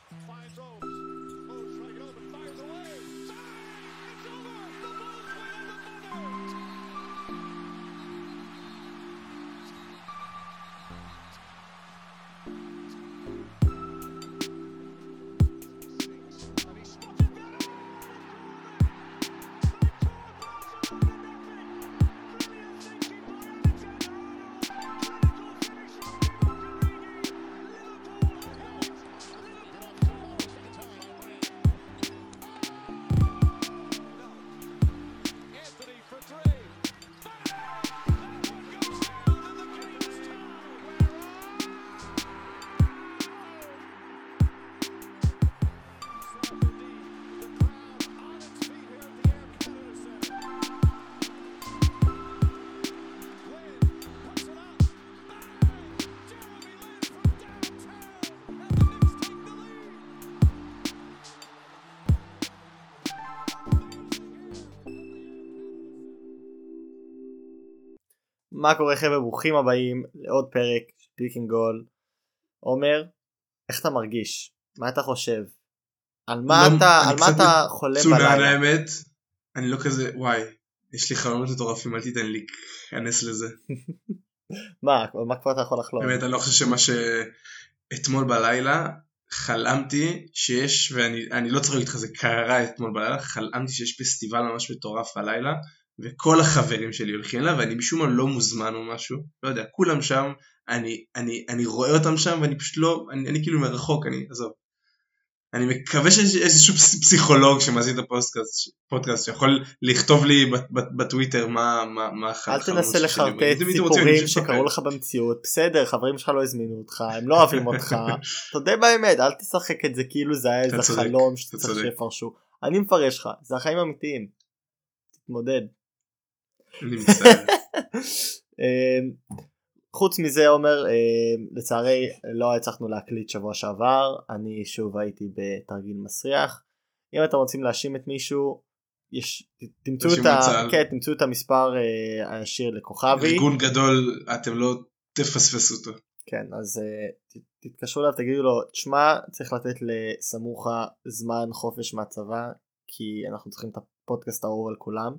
מה קורה חבר'ה, ברוכים הבאים לעוד פרק פיקינג גול. עומר, איך אתה מרגיש? מה אתה חושב? על מה אתה חולם בלילה? האמת, אני לא כזה, וואי, יש לי חלומות מטורפים, אל תיתן לי להיכנס לזה. מה כבר אתה יכול לחלום? באמת, אני לא חושב שמה שאתמול בלילה חלמתי שיש, ואני לא צריך להגיד לך, זה קרה אתמול בלילה, חלמתי שיש פסטיבל ממש מטורף בלילה, וכל החברים שלי הולכים לה, ואני משום מה לא מוזמן או משהו, לא יודע, כולם שם, אני רואה אותם שם, ואני פשוט לא, אני כאילו מרחוק, אני מקווה שיש איזשהו פסיכולוג שמאזין את הפודקאסט, שיכול לכתוב לי בטוויטר מה אל תנסה לחרטט סיפורים שקראו לך במציאות, בסדר, חברים שלך לא הזמינו אותך, הם לא אוהבים אותך, תודה באמת, אל תשחק את זה כאילו זה היה איזה חלום שאתה צריך שיפרשו, אני מפרש לך, זה החיים האמיתיים, תתמודד. אני מצטער. חוץ מזה עומר, לצערי לא הצלחנו להקליט שבוע שעבר, אני שוב הייתי בתרגיל מסריח. אם אתם רוצים להאשים את מישהו, תמצאו את המספר הישיר לכוכבי. ארגון גדול, אתם לא תפספסו אותו. כן, אז תתקשרו אליו, תגידו לו, תשמע, צריך לתת לסמוכה זמן חופש מהצבא, כי אנחנו צריכים את הפודקאסט האהוב על כולם,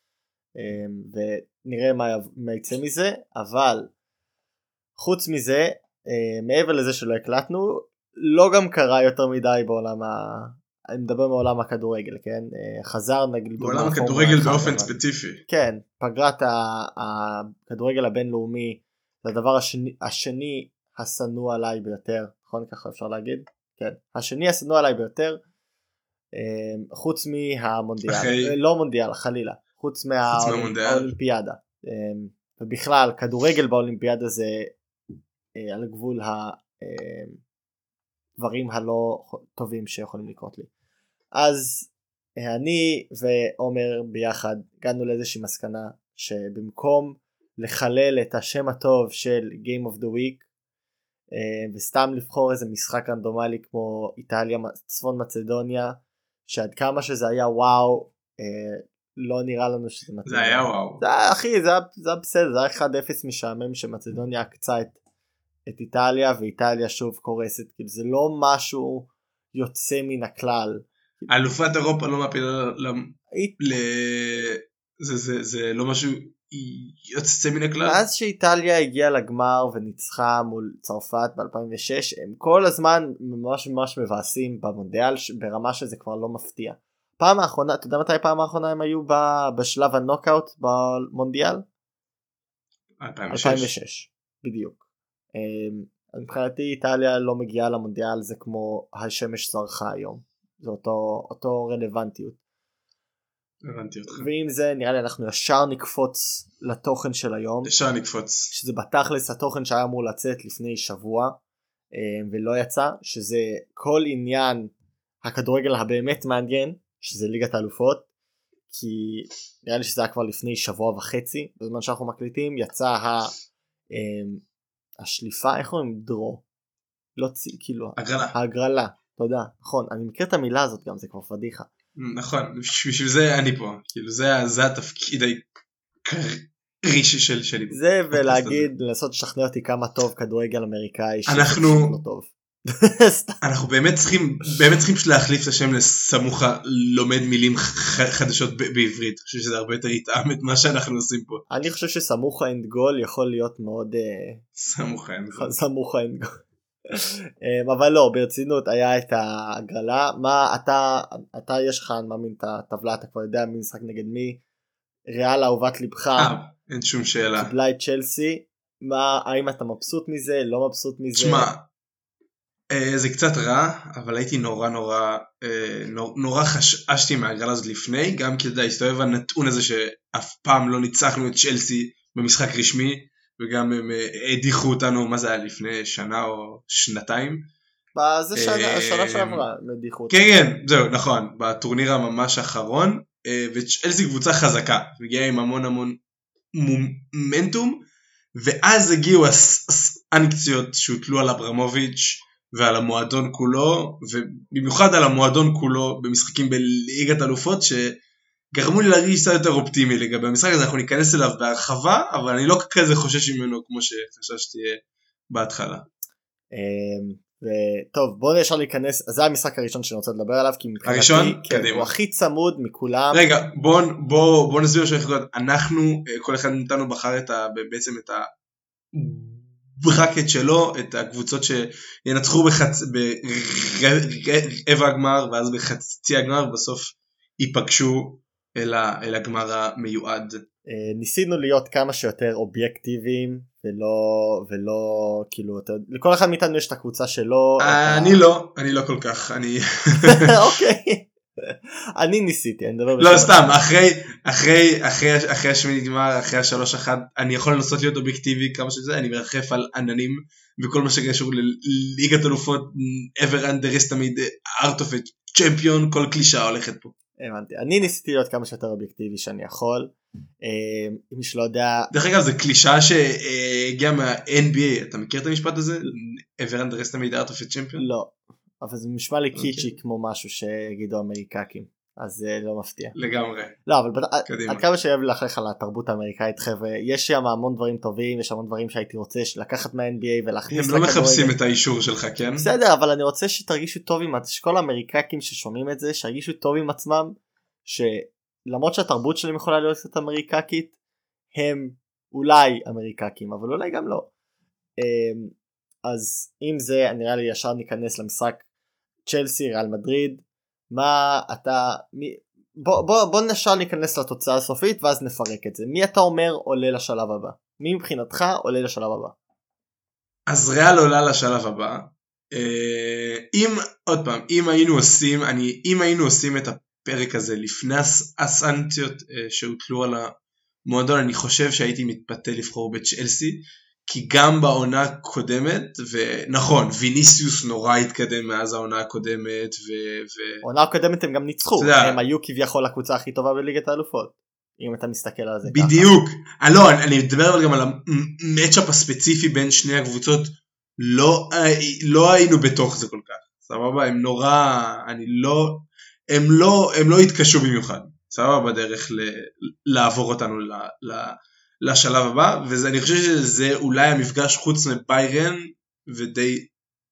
ונראה מה יצא מזה. אבל חוץ מזה, מעבר לזה שלא הקלטנו, לא גם קרה יותר מדי בעולם אני מדבר מעולם הכדורגל, כן? חזר נגיד בעולם הכדורגל באופן ספציפי. כן, פגרת הכדורגל הבינלאומי, זה הדבר השני השנוא עליי ביותר, נכון? ככה אפשר להגיד? כן, השני השנוא עליי ביותר, חוץ מהמונדיאל, לא מונדיאל, חלילה, חוץ מהאולימפיאדה, ובכלל כדורגל באולימפיאדה זה על גבול הדברים הלא טובים שיכולים לקרות לי. אז אני ועומר ביחד הגענו לאיזושהי מסקנה שבמקום לחלל את השם הטוב של Game of the Week וסתם לבחור איזה משחק רנדומלי כמו איטליה צפון מצדוניה, שעד כמה שזה היה וואו, לא נראה לנו שזה מצדוניה. זה היה וואו. אחי, זה היה בסדר, זה היה 1-0 משעמם שמצדוניה הקצה את איטליה, ואיטליה שוב קורסת, כאילו זה לא משהו יוצא מן הכלל. אלופת אירופה לא מפילה, זה לא משהו יוצא מן הכלל. מאז שאיטליה הגיעה לגמר וניצחה מול צרפת ב-2006, הם כל הזמן ממש מבאסים במונדיאל, ברמה שזה כבר לא מפתיע. פעם האחרונה, אתה יודע מתי פעם האחרונה הם היו בשלב הנוקאוט במונדיאל? 2006, בדיוק. מבחינתי איטליה לא מגיעה למונדיאל, זה כמו השמש זרחה היום, זה אותו רלוונטיות. הבנתי אותך. ועם זה נראה לי אנחנו ישר נקפוץ לתוכן של היום. ישר נקפוץ. שזה בתכלס התוכן שהיה אמור לצאת לפני שבוע ולא יצא, שזה כל עניין הכדורגל הבאמת מעניין, שזה ליגת האלופות, כי נראה לי שזה היה כבר לפני שבוע וחצי, בזמן שאנחנו מקליטים, יצא השליפה, איך אומרים? דרו. לא כאילו. הגרלה. תודה. נכון, אני מכיר את המילה הזאת גם, זה כבר פדיחה. נכון, בשביל זה אני פה, כאילו זה התפקיד העיקרי שלי. זה ולהגיד, לנסות לשכנע אותי כמה טוב כדורגל אמריקאי, אנחנו, לא טוב. אנחנו באמת צריכים להחליף את השם לסמוכה לומד מילים חדשות בעברית. אני חושב שזה הרבה יותר יטעם את מה שאנחנו עושים פה. אני חושב שסמוכה אנד גול יכול להיות מאוד סמוכה אנד גול. סמוכה אנד גול. אבל לא, ברצינות היה את ההגרלה. מה אתה יש לך, אני מאמין את הטבלה, אתה כבר יודע מי משחק נגד מי. ריאל אהובת לבך, אין שום שאלה, קיבלה את צ'לסי. האם אתה מבסוט מזה, לא מבסוט מזה? תשמע, זה קצת רע, אבל הייתי נורא חששתי מההגרלה הזאת לפני, גם כי אתה הסתובב הנתון הזה שאף פעם לא ניצחנו את צ'לסי במשחק רשמי, וגם הם הדיחו אותנו, מה זה היה לפני שנה או שנתיים? זה שנה שעברה, הדיחו אותנו. כן, זהו, נכון, בטורניר הממש האחרון, וצ'לסי קבוצה חזקה, מגיעה עם המון מומנטום, ואז הגיעו הסנקציות שהוטלו על אברמוביץ' ועל המועדון כולו, ובמיוחד על המועדון כולו במשחקים בליגת אלופות, שגרמו לי להרגיש קצת יותר אופטימי לגבי המשחק הזה. אנחנו ניכנס אליו בהרחבה, אבל אני לא כזה חושש ממנו כמו שחששתי בהתחלה. טוב, בואו ישר להיכנס. זה המשחק הראשון שאני רוצה לדבר עליו, כי הראשון? כן, הוא הכי צמוד מכולם. רגע, בואו נסביר אנחנו, כל אחד מאיתנו בחר בעצם את הברקט שלו, את הקבוצות שינצחו ברבע הגמר, ואז בחצי הגמר, ובסוף ייפגשו אל הגמר המיועד. ניסינו להיות כמה שיותר אובייקטיביים, ולא כאילו, לכל אחד מאיתנו יש את הקבוצה שלו. אני לא כל כך, אוקיי. אני ניסיתי, אני מדבר לא סתם, אחרי השמיני גמר, אחרי ה3-1, אני יכול לנסות להיות אובייקטיבי כמה שזה, אני מרחף על עננים, וכל מה שקשור לליגת אלופות, ever underestimate art of a champion, כל קלישה הולכת פה. הבנתי, אני ניסיתי להיות כמה שיותר אובייקטיבי שאני יכול. מי שלא יודע, דרך אגב זה קלישה שהגיעה מה-NBA, אתה מכיר את המשפט הזה? ever underestimate art of a champion? לא, אבל זה משמע לי קיצ'י כמו משהו שיגידו אמריקאים, אז זה לא מפתיע לגמרי. לא, אבל עד כמה שאוהב ללכלך על התרבות האמריקאית, חבר'ה, יש שם המון דברים טובים, יש המון דברים שהייתי רוצה לקחת מה-NBA ולהכניס. הם לא מחפשים את האישור שלך, כן? בסדר, אבל אני רוצה שתרגישו טוב עם שכל האמריקאים ששומעים את זה, שירגישו טוב עם עצמם, שלמרות שהתרבות שלהם יכולה להיות קצת אמריקאית, הם אולי אמריקאים, אבל אולי גם לא. אז עם זה נראה לי ישר ניכנס למשחק צ'לסי ריאל מדריד. מה אתה, בוא נשאר ניכנס לתוצאה הסופית ואז נפרק את זה. מי אתה אומר עולה לשלב הבא? מי מבחינתך עולה לשלב הבא? אז ריאל עולה לשלב הבא. עוד פעם, אם היינו עושים את הפרק הזה לפני הסנקציות שהוטלו על המועדון, אני חושב שהייתי מתפתה לבחור בצ'לסי, כי גם בעונה הקודמת, ונכון, ויניסיוס נורא התקדם מאז העונה הקודמת, העונה הקודמת הם גם ניצחו, הם היו כביכול הקבוצה הכי טובה בליגת האלופות, אם אתה מסתכל על זה ככה. בדיוק, אני מדבר אבל גם על המאצ'אפ הספציפי בין שני הקבוצות, לא היינו בתוך זה כל כך, סבבה, הם נורא, הם לא התקשו במיוחד, סבבה, בדרך לעבור אותנו לשלב הבא, ואני חושב שזה אולי המפגש חוץ מביירן ודי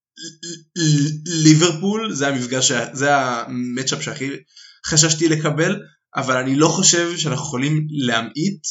ליברפול, זה המאצ'אפ שהכי חששתי לקבל, אבל אני לא חושב שאנחנו יכולים להמעיט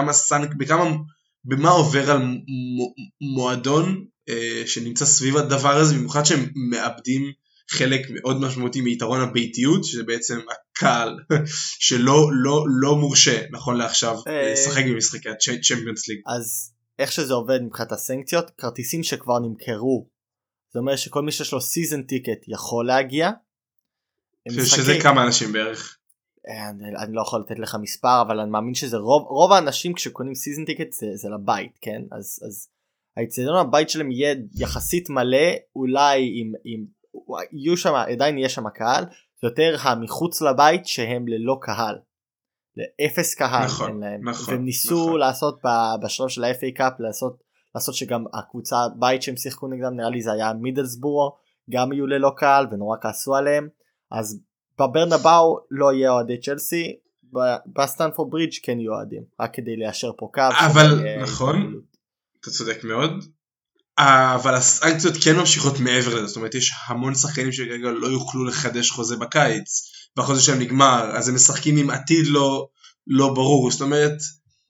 במה עובר על מועדון שנמצא סביב הדבר הזה, במיוחד שהם מאבדים חלק מאוד משמעותי מיתרון הביתיות, שזה בעצם הקהל שלא מורשה נכון לעכשיו לשחק במשחקי הצ'מפיונס ליג. אז איך שזה עובד מבחינת הסנקציות, כרטיסים שכבר נמכרו, זה אומר שכל מי שיש לו סיזן טיקט יכול להגיע. שזה כמה אנשים בערך? אני לא יכול לתת לך מספר, אבל אני מאמין שזה רוב האנשים כשקונים סיזן טיקט זה לבית, כן? אז האצטדיון הבית שלהם יהיה יחסית מלא, אולי עם יהיו שם, עדיין יהיה שם קהל, זה יותר מחוץ לבית שהם ללא קהל, לאפס קהל. נכון, נכון. והם ניסו לעשות בשלב של ה-FA קאפ, לעשות שגם הקבוצה בית שהם שיחקו נגדם, נראה לי זה היה מידלסבורו, גם יהיו ללא קהל ונורא כעסו עליהם. אז בברנבאו לא יהיה אוהדי צ'לסי, בסטנפורד ברידג' כן יהיו אוהדים, רק כדי ליישר פה קו. אבל נכון, אתה צודק מאוד, אבל הסנקציות כן ממשיכות מעבר לזה, זאת אומרת יש המון שחקנים שכרגע לא יוכלו לחדש חוזה בקיץ, והחוזה שלהם נגמר, אז הם משחקים עם עתיד לא ברור, זאת אומרת,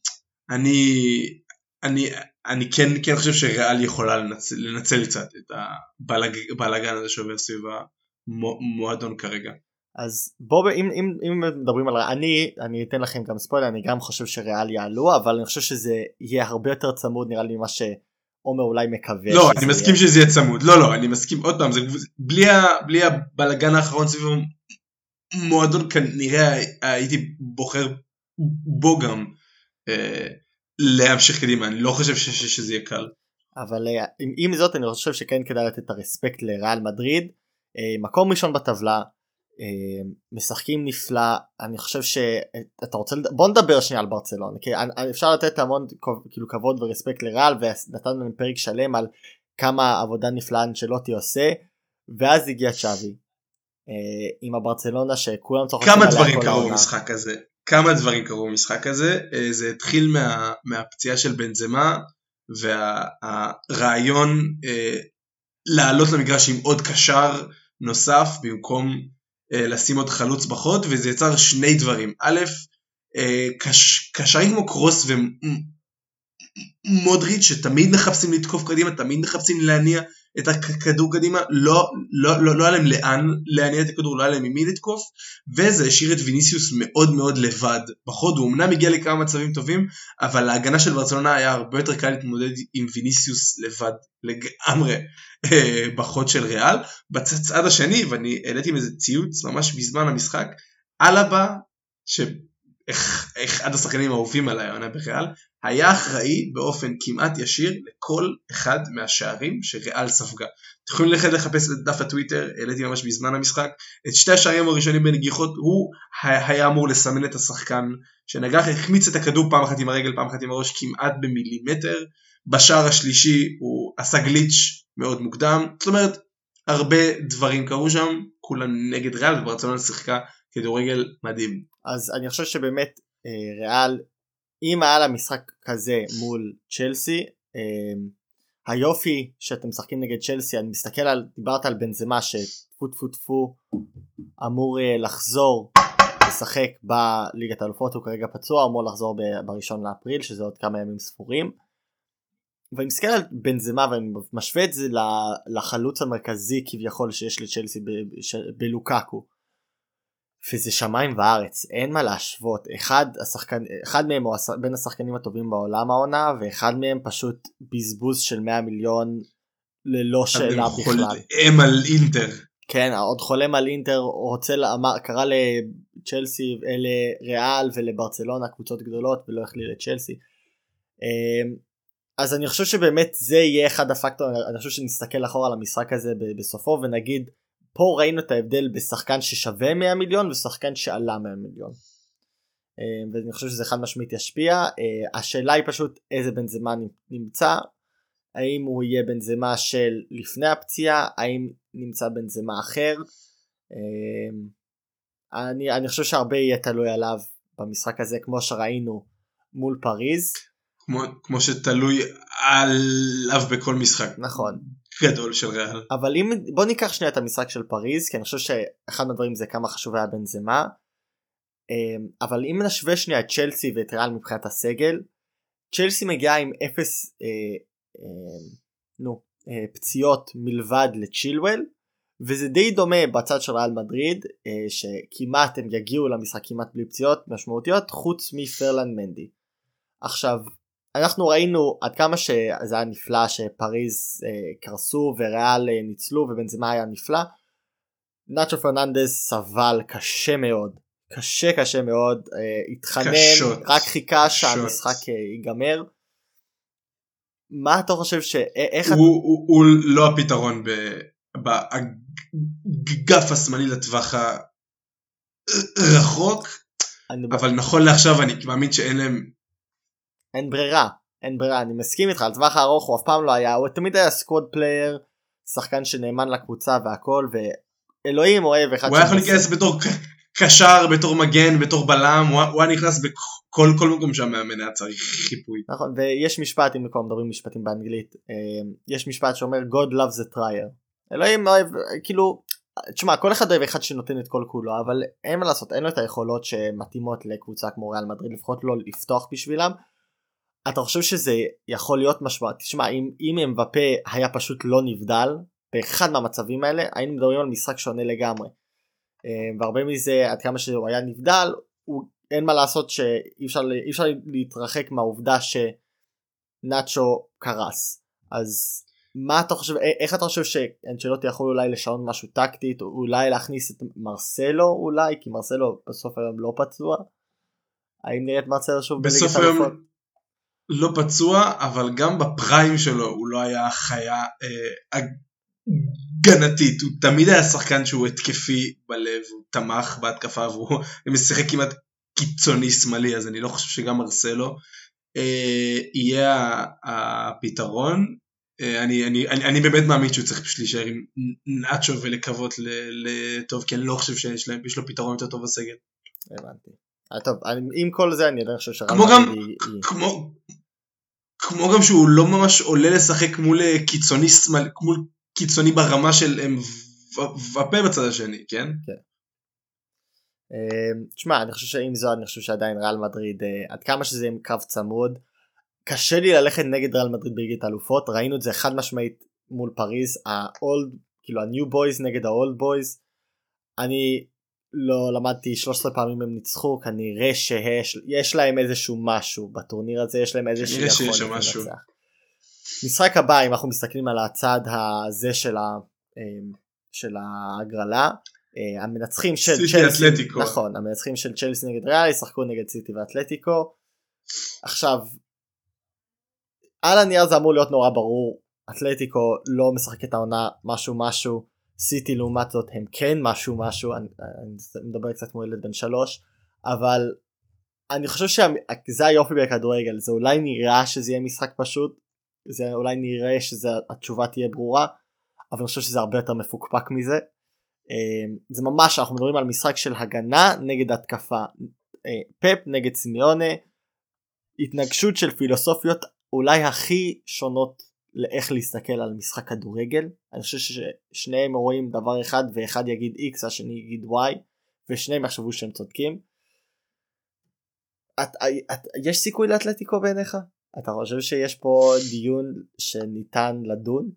אני כן חושב שריאל יכולה לנצל קצת את הבלגן הזה שעובר סביב המועדון כרגע. אז בואו, אם מדברים על ריאל, אני אתן לכם גם ספוילר, אני גם חושב שריאל יעלו, אבל אני חושב שזה יהיה הרבה יותר צמוד, נראה לי מה שעומר אולי מקווה. לא, אני מסכים שזה יהיה צמוד, לא, אני מסכים, עוד פעם, בלי הבלגן האחרון סביב המועדון, כנראה הייתי בוחר בו גם להמשיך קדימה, אני לא חושב שזה יהיה קל. אבל עם זאת אני חושב שכן כדאי לתת את הרספקט לריאל מדריד, מקום ראשון בטבלה, משחקים נפלא, אני חושב שאתה רוצה, בוא נדבר שנייה על ברצלונה, כי אפשר לתת המון כאילו כבוד ורספקט לריאל, ונתנו לנו פרק שלם על כמה עבודה נפלאה אנצ'לוטי עושה, ואז הגיע צ'אבי, עם הברצלונה שכולם צוחקים עליה כל העונה. כמה דברים קרו במשחק הזה, זה התחיל מהפציעה של בנזמה, והרעיון לעלות למגרש עם עוד קשר נוסף, במקום לשים עוד חלוץ בחוד, וזה יצר שני דברים. א', קשרים כמו קרוס ומודריץ' שתמיד מחפשים לתקוף קדימה, תמיד מחפשים להניע את הכדור קדימה, לא היה להם לאן להניע את הכדור, לא היה להם ממי לתקוף, וזה השאיר את ויניסיוס מאוד מאוד לבד בחוד, הוא אמנם הגיע לכמה מצבים טובים, אבל להגנה של ברצלונה היה הרבה יותר קל להתמודד עם ויניסיוס לבד לגמרי בחוד של ריאל. בצד השני, ואני העליתי עם איזה ציוץ ממש בזמן המשחק, אלבה, שאחד השחקנים האהובים עליי העונה בריאל, היה אחראי באופן כמעט ישיר לכל אחד מהשערים שריאל ספגה. אתם יכולים ללכת לחפש את דף הטוויטר, העליתי ממש בזמן המשחק, את שתי השערים הראשונים בנגיחות, הוא היה אמור לסמן את השחקן שנגח, החמיץ את הכדור פעם אחת עם הרגל, פעם אחת עם הראש, כמעט במילימטר. בשער השלישי הוא עשה גליץ' מאוד מוקדם, זאת אומרת, הרבה דברים קרו שם, כולם נגד ריאל, וברצלונה שיחקה כדורגל מדהים. אז אני חושב שבאמת ריאל, אם היה לה משחק כזה מול צ'לסי, היופי שאתם משחקים נגד צ'לסי, אני מסתכל דיברת על בנזמה שטפו טפו טפו אמור לחזור לשחק בליגת האלופות, הוא כרגע פצוע, אמור לחזור בראשון לאפריל, שזה עוד כמה ימים ספורים, ואני מסתכל על בנזמה ואני משווה את זה לחלוץ המרכזי כביכול שיש לצ'לסי בלוקאקו, וזה שמיים וארץ, אין מה להשוות. אחד מהם הוא בין השחקנים הטובים בעולם העונה, ואחד מהם פשוט בזבוז של 100 מיליון ללא שאלה בכלל. הם על אינטר. כן, עוד חולם על אינטר, קרא לצ'לסי, לריאל ולברצלונה, קבוצות גדולות, ולא החליט לצ'לסי. אז אני חושב שבאמת זה יהיה אחד הפקטורים, אני חושב שנסתכל אחורה על המשחק הזה בסופו, ונגיד, פה ראינו את ההבדל בשחקן ששווה 100 מיליון ושחקן שעלה 100 מיליון, ואני חושב שזה חד משמעית ישפיע. השאלה היא פשוט איזה בנזמה נמצא, האם הוא יהיה בנזמה של לפני הפציעה, האם נמצא בנזמה אחר. אני חושב שהרבה יהיה תלוי עליו במשחק הזה, כמו שראינו מול פריז, כמו שתלוי עליו בכל משחק. נכון. גדול של ריאל. אבל בוא ניקח שנייה את המשחק של פריז, כי אני חושב שאחד מהדברים זה כמה חשוב היה בנזמה, אבל אם נשווה שנייה את צ'לסי ואת ריאל מבחינת הסגל, צ'לסי מגיעה עם 0 פציעות מלבד לצ'ילואל, וזה די דומה בצד של ריאל מדריד, שכמעט הם יגיעו למשחק כמעט בלי פציעות משמעותיות, חוץ מפרלן מנדי. עכשיו, אנחנו ראינו עד כמה שזה היה נפלא שפריז קרסו וריאל ניצלו ובנזמה היה נפלא. נאצ'ו פרננדס סבל קשה מאוד, קשה מאוד, התחנן, רק חיכה שהמשחק ייגמר. מה אתה חושב הוא לא הפתרון באגף השמאלי לטווח הרחוק, אבל נכון לעכשיו אני מאמין שאין להם, אין ברירה, אני מסכים איתך, על טווח הארוך הוא אף פעם לא היה, הוא תמיד היה סקווד פלייר, שחקן שנאמן לקבוצה והכל, ואלוהים אוהב אחד, הוא היה יכול להיכנס בתור קשר, בתור מגן, בתור בלם, הוא היה נכנס בכל מקום שהמאמן היה צריך חיפוי. נכון, ויש משפט, אם כבר מדברים משפטים באנגלית, יש משפט שאומר God loves a trier. אלוהים אוהב, כאילו, תשמע, כל אחד אוהב אחד שנותן את כל כולו, אבל אין מה לעשות, אין לו את היכולות שמתאימות לקבוצה כמו ריאל מדריד, לפחות לא לפתוח בשבילם. אתה חושב שזה יכול להיות משמעותי? תשמע, אם אמבפה היה פשוט לא נבדל, באחד מהמצבים האלה, היינו מדברים על משחק שונה לגמרי. והרבה מזה, עד כמה שהוא היה נבדל, אין מה לעשות שאי אפשר להתרחק מהעובדה שנאצ'ו קרס. אז מה אתה חושב, איך אתה חושב שאנצ'לוטי יכול אולי לשנות משהו טקטית, או אולי להכניס את מרסלו אולי, כי מרסלו בסוף היום לא פצוע? האם נראית מרסלו שוב בסוף היום לא פצוע, אבל גם בפריים שלו הוא לא היה חיה הגנתית, הוא תמיד היה שחקן שהוא התקפי בלב, הוא תמך בהתקפה, והוא משחק כמעט קיצוני שמאלי, אז אני לא חושב שגם מרסלו יהיה הפתרון. אני באמת מאמין שהוא צריך פשוט להישאר עם נאצ'ו ולקוות לטוב, כי אני לא חושב שיש לו פתרון יותר טוב בסגל. הבנתי. טוב, עם כל זה אני חושב כמו גם שהוא לא ממש עולה לשחק מול קיצוני שמאלי, מול קיצוני ברמה של ופה בצד השני, כן? כן. תשמע, אני חושב שעם זו, אני חושב שעדיין ריאל מדריד, עד כמה שזה יהיה קרב צמוד, קשה לי ללכת נגד ריאל מדריד בליגת האלופות, ראינו את זה חד משמעית מול פריז, כאילו הניו בויז נגד האולד בויז, אני לא למדתי 13 פעמים הם ניצחו, כנראה שיש להם איזשהו משהו בטורניר הזה, יש להם איזשהו יכולת לנצח. משחק הבא, אם אנחנו מסתכלים על הצד הזה של ההגרלה, המנצחים של צ'לסי, נכון, המנצחים של צ'לסי נגד ריאל ישחקו נגד סיטי ואתלטיקו. עכשיו, על הנייר זה אמור להיות נורא ברור, אתלטיקו לא משחק את העונה משהו, סיטי לעומת זאת הם כן משהו, אני מדבר קצת כמו ילד בן 3, אבל אני חושב שזה היופי בכדורגל, זה אולי נראה שזה יהיה משחק פשוט, זה אולי נראה שהתשובה תהיה ברורה, אבל אני חושב שזה הרבה יותר מפוקפק מזה. זה ממש, אנחנו מדברים על משחק של הגנה נגד התקפה, פפ נגד סימיונה, התנגשות של פילוסופיות אולי הכי שונות לאיך להסתכל על משחק כדורגל. אני חושב ששניהם רואים דבר אחד, ואחד יגיד X, השני יגיד Y, ושניהם יחשבו שהם צודקים. יש סיכוי לאתלטיקו בעיניך? אתה חושב שיש פה דיון שניתן לדון?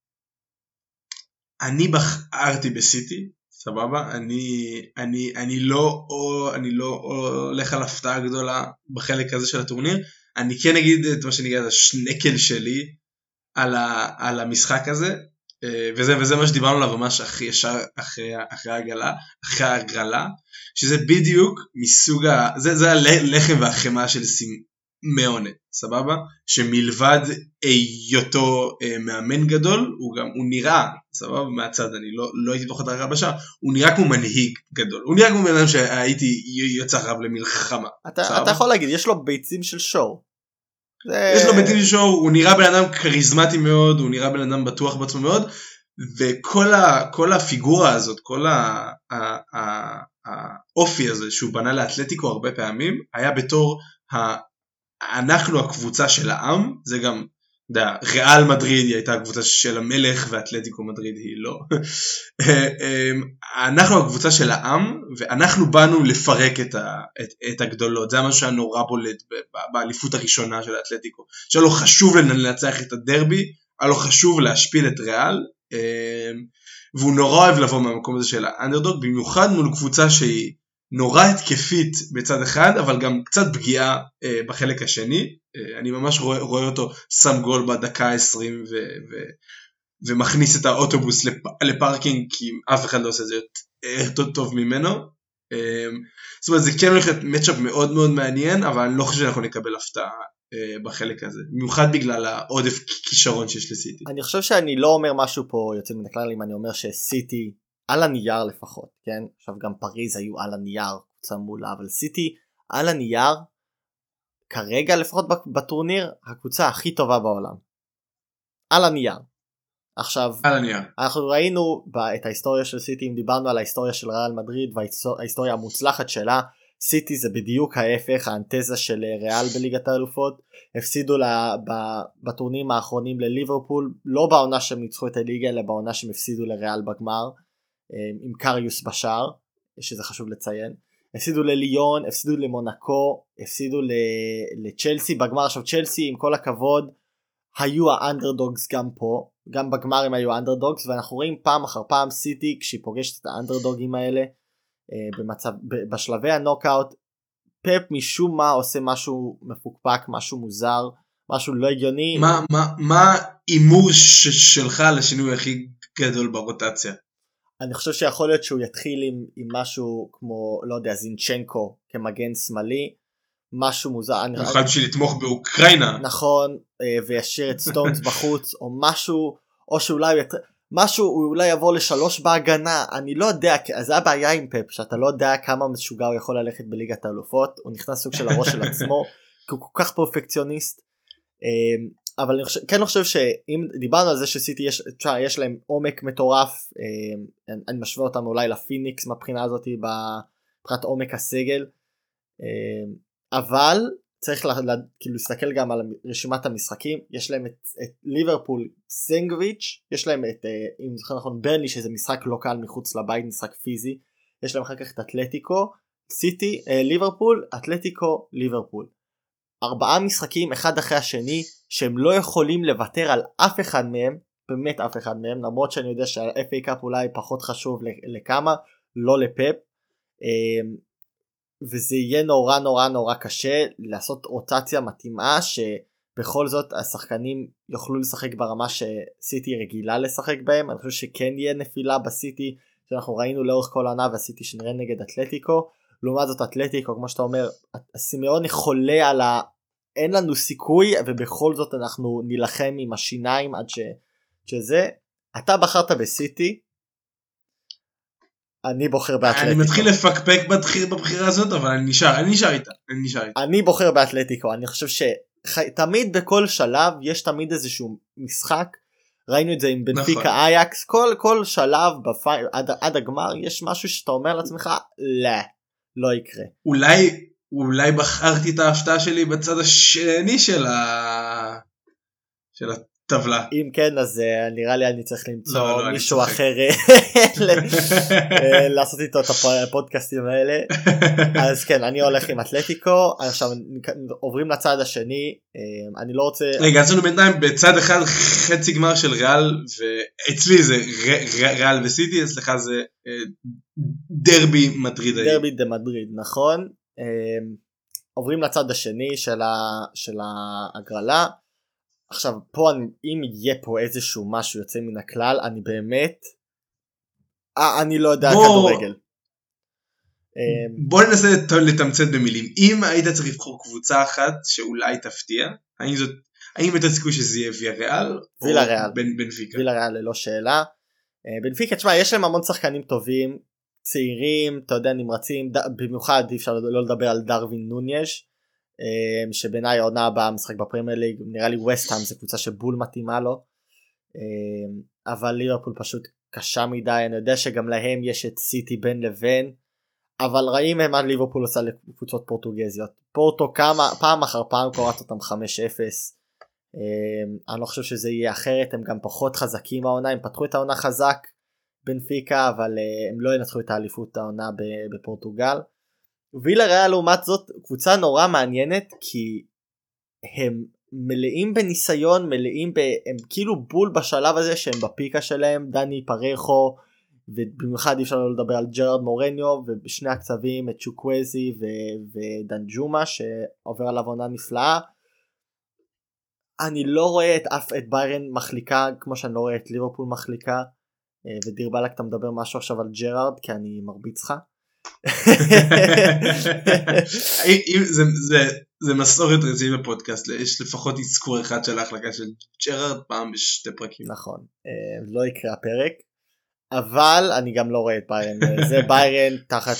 אני בחרתי בסיטי, סבבה? אני לא הולך על הפתעה גדולה בחלק הזה של הטורניר. אני כן אגיד את מה שנגיד השנקל שלי על המשחק הזה, וזה מה שדיברנו עליו ממש אחרי ההגרלה, שזה בדיוק מסוג זה הלחם והחמה של סימאונה, סבבה? שמלבד היותו מאמן גדול, הוא נראה, סבבה? מהצד, אני לא הייתי תוך הדרגה בשעה, הוא נראה כמו מנהיג גדול, הוא נראה כמו בן אדם שהייתי יוצא רב למלחמה. אתה יכול להגיד, יש לו ביצים של שואו. יש לו ביצים של שואו, הוא נראה בן אדם כריזמטי מאוד, הוא נראה בן אדם בטוח בעצמו מאוד, וכל הפיגורה הזאת, כל האופי הזה שהוא בנה לאתלטיקו הרבה פעמים, היה בתור אנחנו הקבוצה של העם, זה גם, ריאל מדריד היא הייתה הקבוצה של המלך, ואתלטיקו מדריד היא לא. אנחנו הקבוצה של העם, ואנחנו באנו לפרק את הגדולות, זה משהו שהנורא בולט באליפות הראשונה של האתלטיקו, שהיה לו חשוב לנצח את הדרבי, היה לו חשוב להשפיל את ריאל, והוא נורא אוהב לבוא מהמקום הזה של האנדרדוג, במיוחד מול קבוצה שהיא נורא התקפית בצד אחד, אבל גם קצת פגיעה בחלק השני. אני ממש רואה אותו שם גול בדקה 20 ומכניס את האוטובוס לפארקינג, כי אף אחד לא עושה את זה יותר טוב ממנו. זאת אומרת, זה כן הולך להיות מצ'אפ מאוד מאוד מעניין, אבל אני לא חושב שאנחנו נקבל הפתעה בחלק הזה, במיוחד בגלל העודף כישרון שיש לסיטי. אני חושב שאני לא אומר משהו פה יוצא מן הכלל אם אני אומר שסיטי על הנייר לפחות, כן? עכשיו גם פריז היו על הנייר קבוצה מולה, אבל סיטי על הנייר כרגע לפחות בטורניר הקבוצה הכי טובה בעולם. על הנייר. עכשיו, על הנייר. אנחנו ראינו את ההיסטוריה של סיטי, אם דיברנו על ההיסטוריה של ריאל מדריד וההיסטוריה המוצלחת שלה, סיטי זה בדיוק ההפך, האנטזה של ריאל בליגת האלופות, הפסידו בטורנירים האחרונים לליברפול, לא בעונה שהם ניצחו את הליגה, אלא בעונה שהם הפסידו לריאל בגמר, עם קריוס בשער, שזה חשוב לציין, הפסידו לליון, הפסידו למונקו, הפסידו לצ'לסי בגמר. עכשיו צ'לסי עם כל הכבוד היו האנדרדוגס גם פה, גם בגמר הם היו האנדרדוגס, ואנחנו רואים פעם אחר פעם סיטי כשהיא פוגשת את האנדרדוגים האלה בשלבי הנוקאוט, פפ משום מה עושה משהו מפוקפק, משהו מוזר, משהו לא הגיוני. מה הימור שלך לשינוי הכי גדול ברוטציה? אני חושב שיכול להיות שהוא יתחיל עם משהו כמו, לא יודע, זינצ'נקו כמגן שמאלי, משהו מוזר. אני חושב שלתמוך באוקראינה. נכון, וישאיר את סטונס בחוץ, או משהו, או שאולי משהו, הוא אולי יבוא לשלוש בהגנה, אני לא יודע, זה הבעיה עם פפ, שאתה לא יודע כמה משוגע הוא יכול ללכת בליגת האלופות, הוא נכנס סוג של הראש של עצמו, כי הוא כל כך פרפקציוניסט, אבל אני כן חושב שאם דיברנו על זה שסיטי יש להם עומק מטורף, אני משווה אותם אולי לפיניקס מבחינה הזאת, מבחינת עומק הסגל, אבל צריך כאילו להסתכל גם על רשימת המשחקים. יש להם את ליברפול סנגוויץ', יש להם את, אם זוכר נכון, ברני, שזה משחק לא קל מחוץ לבית, משחק פיזי. יש להם אחר כך את אתלטיקו, סיטי, ליברפול, אתלטיקו, ליברפול. 4 משחקים אחד אחרי השני, שהם לא יכולים לוותר על אף אחד מהם, באמת אף אחד מהם, למרות שאני יודע שה-FA קאפ אולי פחות חשוב לכמה, לא לפפ. וזה יהיה נורא נורא נורא קשה לעשות רוטציה מתאימה, שבכל זאת השחקנים יוכלו לשחק ברמה שסיטי רגילה לשחק בהם. אני חושב שכן יהיה נפילה בסיטי, שאנחנו ראינו לאורך כל העונה, והסיטי שנראה נגד אתלטיקו. לעומת זאת אתלטיקו, כמו שאתה אומר, הסימאוני חולה על אין לנו סיכוי, ובכל זאת אנחנו נילחם עם השיניים עד שזה. אתה בחרת בסיטי, אני בוחר באתלטיקו. אני מתחיל לפקפק בבחירה הזאת, אבל אני נשאר איתה. אני בוחר באתלטיקו. אני חושב שתמיד בכל שלב יש תמיד איזשהו משחק, ראינו את זה עם בנפיקה אייקס, כל שלב עד הגמר יש משהו שאתה אומר לעצמך, לא יקרה. אולי בחרתי את ההפתעה שלי בצד השני של הטבלה. אם כן, אז נראה לי אני צריך למצוא מישהו אחר לעשות איתו את הפודקאסטים האלה. אז כן, אני הולך עם אתלטיקו. עכשיו עוברים לצד השני. אני לא רוצה... רגע, עשינו בינתיים בצד אחד חצי גמר של ריאל, ואצלי זה ריאל וסיטי, אצלך זה דרבי מדריד. דרבי דה מדריד, נכון. עוברים לצד השני של ההגרלה. עכשיו פה אם יהיה פה איזשהו משהו יוצא מן הכלל, אני באמת אני לא יודע כדורגל. בוא ננסה לתמצת במילים. אם היית צריך לבחור קבוצה אחת שאולי תפתיע, האם אתה סיכוי שזה יהיה ויאריאל או בנפיקה? ויאריאל ללא שאלה. בנפיקה, תשמע, יש להם המון שחקנים טובים, צעירים, אתה יודע, נמרצים, במיוחד אי אפשר לא לדבר על דרווין נוניז, שבעיניי העונה הבאה משחק בפרמייר ליג, נראה לי ווסט-האם זה קבוצה שבול מתאימה לו, אבל ליברפול פשוט קשה מדי. אני יודע שגם להם יש את סיטי בין לבין, אבל ראים הם עד ליברפול עושה לקבוצות פורטוגזיות. פורטו פעם אחר פעם קוראת אותם 5-0, אני לא חושב שזה יהיה אחרת. הם גם פחות חזקים העונה, הם פתחו את העונה חזק בנפיקה, אבל הם לא ינצחו את האליפות העונה בפורטוגל. ויאריאל לעומת זאת קבוצה נורא מעניינת, כי הם מלאים בניסיון, הם כאילו בול בשלב הזה שהם בפיקה שלהם, דני פרחו, ובמיוחד אי אפשר לא לדבר על ג'רארד מורניו, ובשני הקצבים את צ'וקוויזי ודנג'ומה שעובר עליו עונה נפלאה. אני לא רואה את ביירן מחליקה כמו שאני לא רואה את ליברפול מחליקה, ודיר בלק אתה מדבר משהו עכשיו על ג'רארד כי אני מרביץ לך. זה מסורת רצינית בפודקאסט, יש לפחות אזכור אחד של ההחלקה של ג'רארד פעם בשתי פרקים. נכון, לא יקרה הפרק, אבל אני גם לא רואה את ביירן. זה ביירן תחת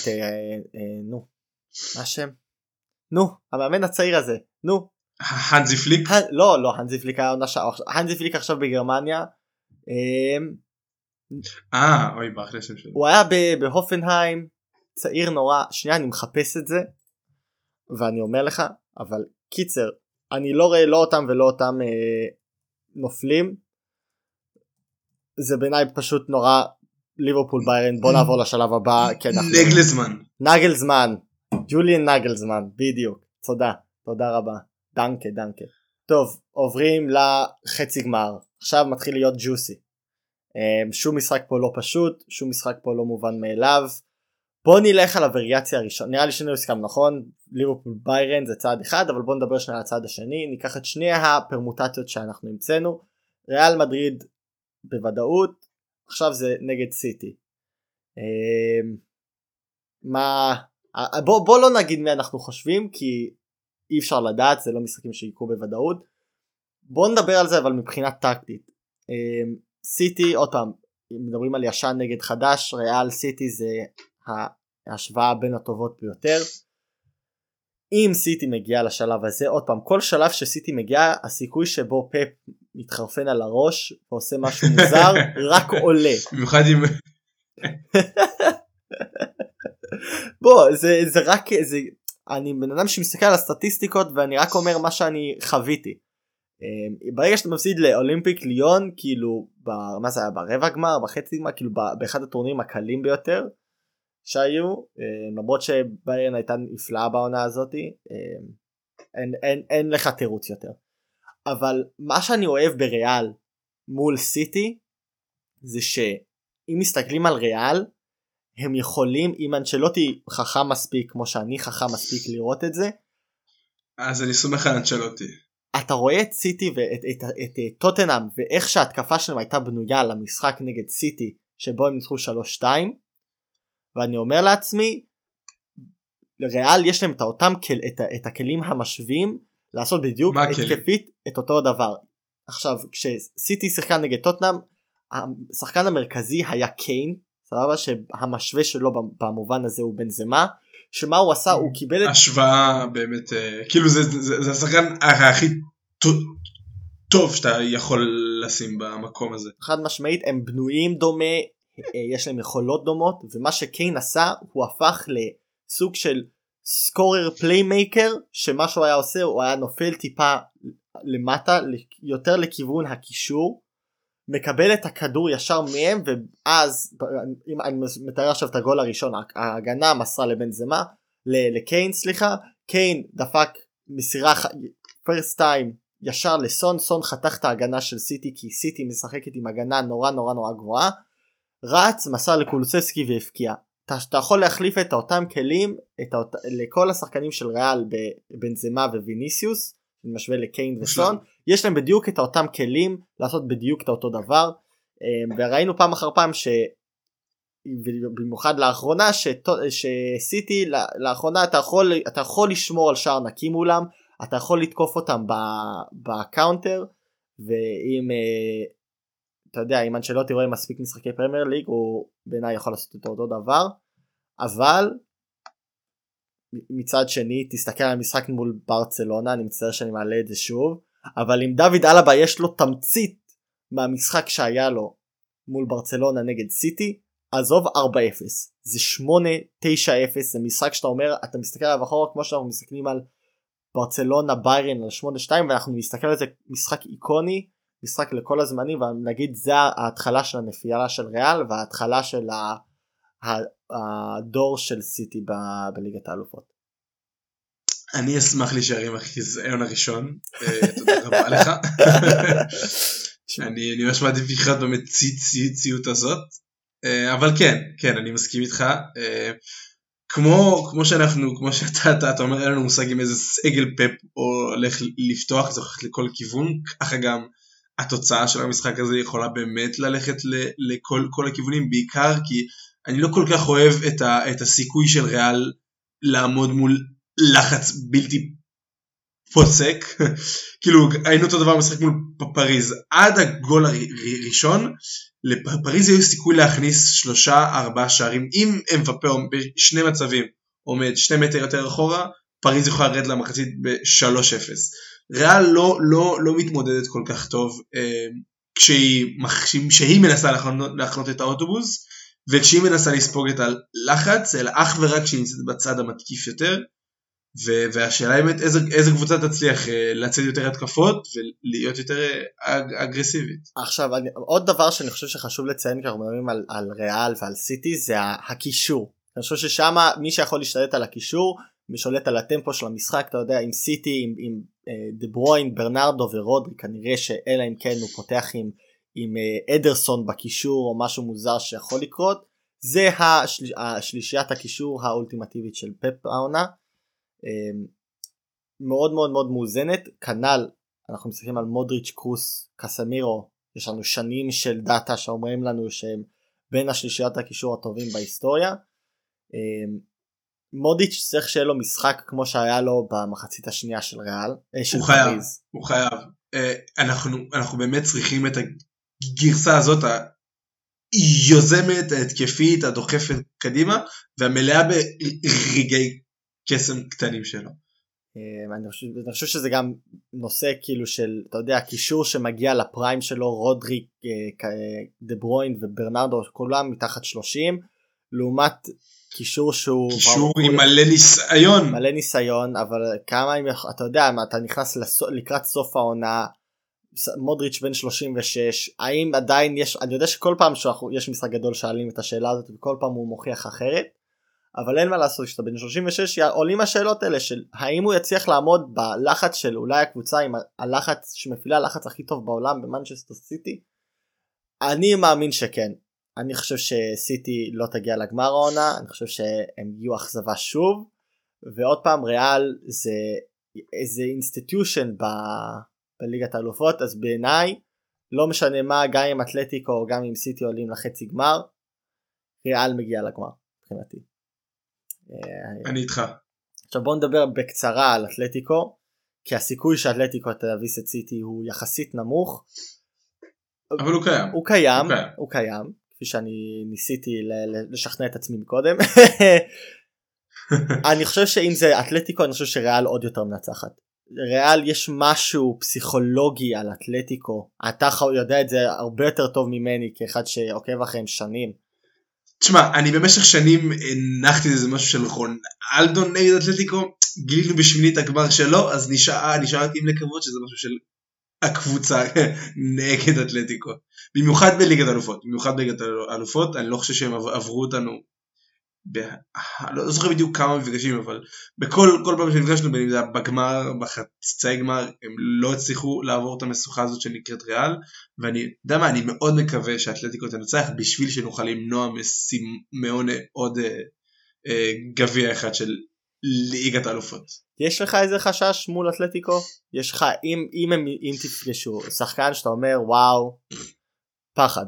מה השם? המאמן הצעיר הזה, הנזי פליק? לא, הנזי פליק היה עונה, הנזי פליק עכשיו בגרמניה, אוי, ברח לי השם שלו. הוא היה בהופנהיים, צעיר נורא. שנייה, אני מחפש את זה ואני אומר לך, אבל קיצר, אני לא רואה לא אותם ולא אותם נופלים. זה בעיניי פשוט נורא. ליברפול ביירן, בוא נעבור לשלב הבא. נגלזמן, ג'וליאן נגלזמן, בדיוק. תודה רבה, דנקה. טוב, עוברים לחצי גמר. עכשיו מתחיל להיות ג'וסי. שום משחק פה לא פשוט, שום משחק פה לא מובן מאליו. בוא נלך על הווריאציה הראשונה. נראה לי שנינו הסכמנו, נכון? ליברפול ביירן זה צעד אחד, אבל בוא נדבר שנייה על הצעד השני. ניקח את שני הפרמוטציות שאנחנו המצאנו. ריאל מדריד בוודאות, עכשיו זה נגד סיטי. בוא לא נגיד מי אנחנו חושבים, כי אי אפשר לדעת, זה לא משחקים שיקרו בוודאות. בוא נדבר על זה, אבל מבחינת טקטית. סיטי, עוד פעם, מדברים על ישן נגד חדש, ריאל סיטי זה ההשוואה בין הטובות ביותר. אם סיטי מגיעה לשלב הזה, עוד פעם, כל שלב שסיטי מגיעה, הסיכוי שבו פפ מתחרפן על הראש ועושה משהו מוזר, רק עולה. במיוחד אם... בוא, זה רק, אני בן אדם שמסתכל על הסטטיסטיקות, ואני רק אומר מה שאני חוויתי. ברגע שאתה מפסיד לאולימפיק ליון, כאילו, מה זה היה, ברבע גמר, בחצי גמר, כאילו, באחד הטורנירים הקלים ביותר, שהיו, למרות שביירן הייתה נפלאה בעונה הזאת, אין לך תירוץ יותר. אבל מה שאני אוהב בריאל מול סיטי, זה שאם מסתכלים על ריאל, הם יכולים, אם אנצ'לוטי חכם מספיק, כמו שאני חכם מספיק לראות את זה, אז אני סומך על אנצ'לוטי. אתה רואה את סיטי ואת טוטנהאם, ואיך שההתקפה שלהם הייתה בנויה למשחק נגד סיטי, שבו הם ניצחו 3-2, ואני אומר לעצמי, לריאל יש להם את הכלים המשווים, לעשות בדיוק התקפית את אותו דבר. עכשיו, כשסיטי שיחקה נגד טוטנהאם, השחקן המרכזי היה קיין, סבבה, שהמשווה שלו במובן הזה הוא בנזמה, שמה הוא עשה, הוא קיבל את... השוואה באמת, כאילו זה השחקן הכי טוב שאתה יכול לשים במקום הזה. חד משמעית, הם בנויים דומה, יש להם יכולות דומות, ומה שקיין עשה, הוא הפך לסוג של סקורר פליימייקר, שמה שהוא היה עושה, הוא היה נופל טיפה למטה, יותר לכיוון הקישור, מקבל את הכדור ישר מהם, ואז, אם אני מתאר עכשיו את הגול הראשון, ההגנה מסרה לבנזמה, לקיין, קיין דפק מסירה first time ישר לסון, סון חתך את ההגנה של סיטי, כי סיטי משחקת עם הגנה נורא נורא נורא גבוהה, רץ, מסר לקולוסבסקי והפקיע. אתה יכול להחליף את אותם כלים לכל השחקנים של ריאל בבנזמה וויניסיוס, משווה לקיין וסון, יש להם בדיוק את אותם כלים לעשות בדיוק את אותו דבר, וראינו פעם אחר פעם במיוחד לאחרונה שסיטי לאחרונה אתה יכול לשמור על שער נקי מולם, אתה יכול לתקוף אותם בקאונטר, ואם אתה יודע, אם אנצ'לוטי רואה מספיק משחקי פרמייר ליג, הוא בעיניי יכול לעשות את אותו דבר, אבל מצד שני, תסתכל על המשחק מול ברצלונה, אני מצטער שאני מעלה את זה שוב, אבל אם דוד אלבה יש לו תמצית מהמשחק שהיה לו מול ברצלונה נגד סיטי, עזוב 4-0, זה 8-9-0, זה משחק שאתה אומר, אתה מסתכל עליו אחורה כמו שאנחנו מסתכלים על ברצלונה ביירן על 8-2, ואנחנו מסתכל על זה משחק איקוני, משחק לכל הזמנים, ונגיד זה ההתחלה של הנפילה של ריאל, וההתחלה של הדור של סיטי בליגת האלופות. אני אשמח להישאר עם החיזיון הראשון, תודה רבה לך. אני ממש מעדיף לחיות במציאות הזאת, אבל כן, אני מסכים איתך. כמו שאתה אומר, אין לנו מושג עם איזה סגל פפ או הולך לפתוח, זה הולך לכל כיוון, ככה גם התוצאה של המשחק הזה יכולה באמת ללכת לכל הכיוונים, בעיקר כי אני לא כל כך אוהב את הסיכוי של ריאל לעמוד מול לחץ בלתי פוסק, כאילו היינו אותו דבר משחק מול פריז, עד הגול הראשון, לפריז היו סיכוי להכניס 3-4 שערים, אם אמבפה בשני מצבים עומד 2 מטר יותר אחורה, פריז יכולה לרדת למחצית ב-3-0, ריאל לא מתמודדת כל כך טוב, כשהיא מנסה להחנות את האוטובוס, וכשהיא מנסה לספוג את הלחץ, אלא אך ורק כשהיא נמצאת בצד המתקיף יותר, והשאלה היא באמת איזה קבוצה תצליח לצאת יותר התקפות ולהיות יותר אגרסיבית. עכשיו עוד דבר שאני חושב שחשוב לציין כשאנחנו מדברים על ריאל ועל סיטי זה הקישור. אני חושב ששם מי שיכול להשתלט על הקישור משולט על הטמפו של המשחק, אתה יודע, עם סיטי, עם דה ברוין, ברנרדו ורודרי, כנראה שאלה אם כן הוא פותח עם אדרסון בקישור או משהו מוזר שיכול לקרות, זה השלישיית הקישור האולטימטיבית של פפ העונה, מאוד מאוד מאוד מאוזנת. כנ"ל אנחנו מסתכלים על מודריץ', קרוס, קסמירו, יש לנו שנים של דאטה שאומרים לנו שהם בין השלישיית הקישור הטובים בהיסטוריה. מודריץ' צריך שיהיה לו משחק כמו שהיה לו במחצית השנייה של ריאל, של פריז. הוא חייב. אנחנו באמת צריכים את הגרסה הזאת היוזמת, ההתקפית, הדוחפת קדימה, והמלאה ברגעי קסם קטנים שלו. אני חושב שזה גם נושא כאילו של, אתה יודע, הקישור שמגיע לפריים שלו, רודרי, דה ברוין וברנרדו, כולם מתחת 30, לעומת קישור שהוא קישור עם מלא ניסיון, אבל כמה, אתה יודע, אתה נכנס לקראת סוף העונה, מודריץ' בן 36, האם עדיין יש, אני יודע שכל פעם שיש משחק גדול שאלים את השאלה הזאת, וכל פעם הוא מוכיח אחרת, אבל אין מה לעשות, שאתה בן 36 עולים השאלות האלה של האם הוא יצליח לעמוד בלחץ של אולי הקבוצה עם הלחץ שמפעילה הלחץ הכי טוב בעולם במנצ'סטר סיטי. אני מאמין שכן, אני חושב שסיטי לא תגיע לגמר העונה, אני חושב שהם יהיו אכזבה שוב, ועוד פעם ריאל זה איזה אינסטיטושן בליגת האלופות, אז בעיניי לא משנה מה, גם עם אתלטיקו או גם עם סיטי עולים לחצי גמר, ריאל מגיע לגמר מבחינתי. אני איתך. עכשיו בוא נדבר בקצרה על אתלטיקו, כי הסיכוי שאתלטיקו תביס את סיטי הוא יחסית נמוך, אבל הוא קיים. הוא קיים, כפי שאני ניסיתי לשכנע את עצמי מקודם. אני חושב שאם זה אתלטיקו, אני חושב שריאל עוד יותר מנצחת. ריאל יש משהו פסיכולוגי על אתלטיקו, אתה יודע את זה הרבה יותר טוב ממני כאחד שעוקב אחריהם שנים. תשמע, אני במשך שנים הנחתי איזה משהו של רונאלדו נגד אתלטיקו, גילינו בשמינית הגמר שלו, אז נשארתי עם לקוות שזה משהו של הקבוצה נגד אתלטיקו, במיוחד בליגת האלופות, אני לא חושב שהם עברו אותנו, לא זוכר בדיוק כמה מפגשים, אבל בכל פעם שנפגשנו, בין אם זה בגמר, בחצי גמר, הם לא הצליחו לעבור את המשוכה הזאת שנקראת ריאל, ואני יודע מה, אני מאוד מקווה שהאתלטיקו תנצח, בשביל שנוכל למנוע מסימאונה עוד גביע אחד של ליגת האלופות. יש לך איזה חשש מול אתלטיקו? יש לך, אם תפגשו שחקן שאתה אומר וואו, פחד.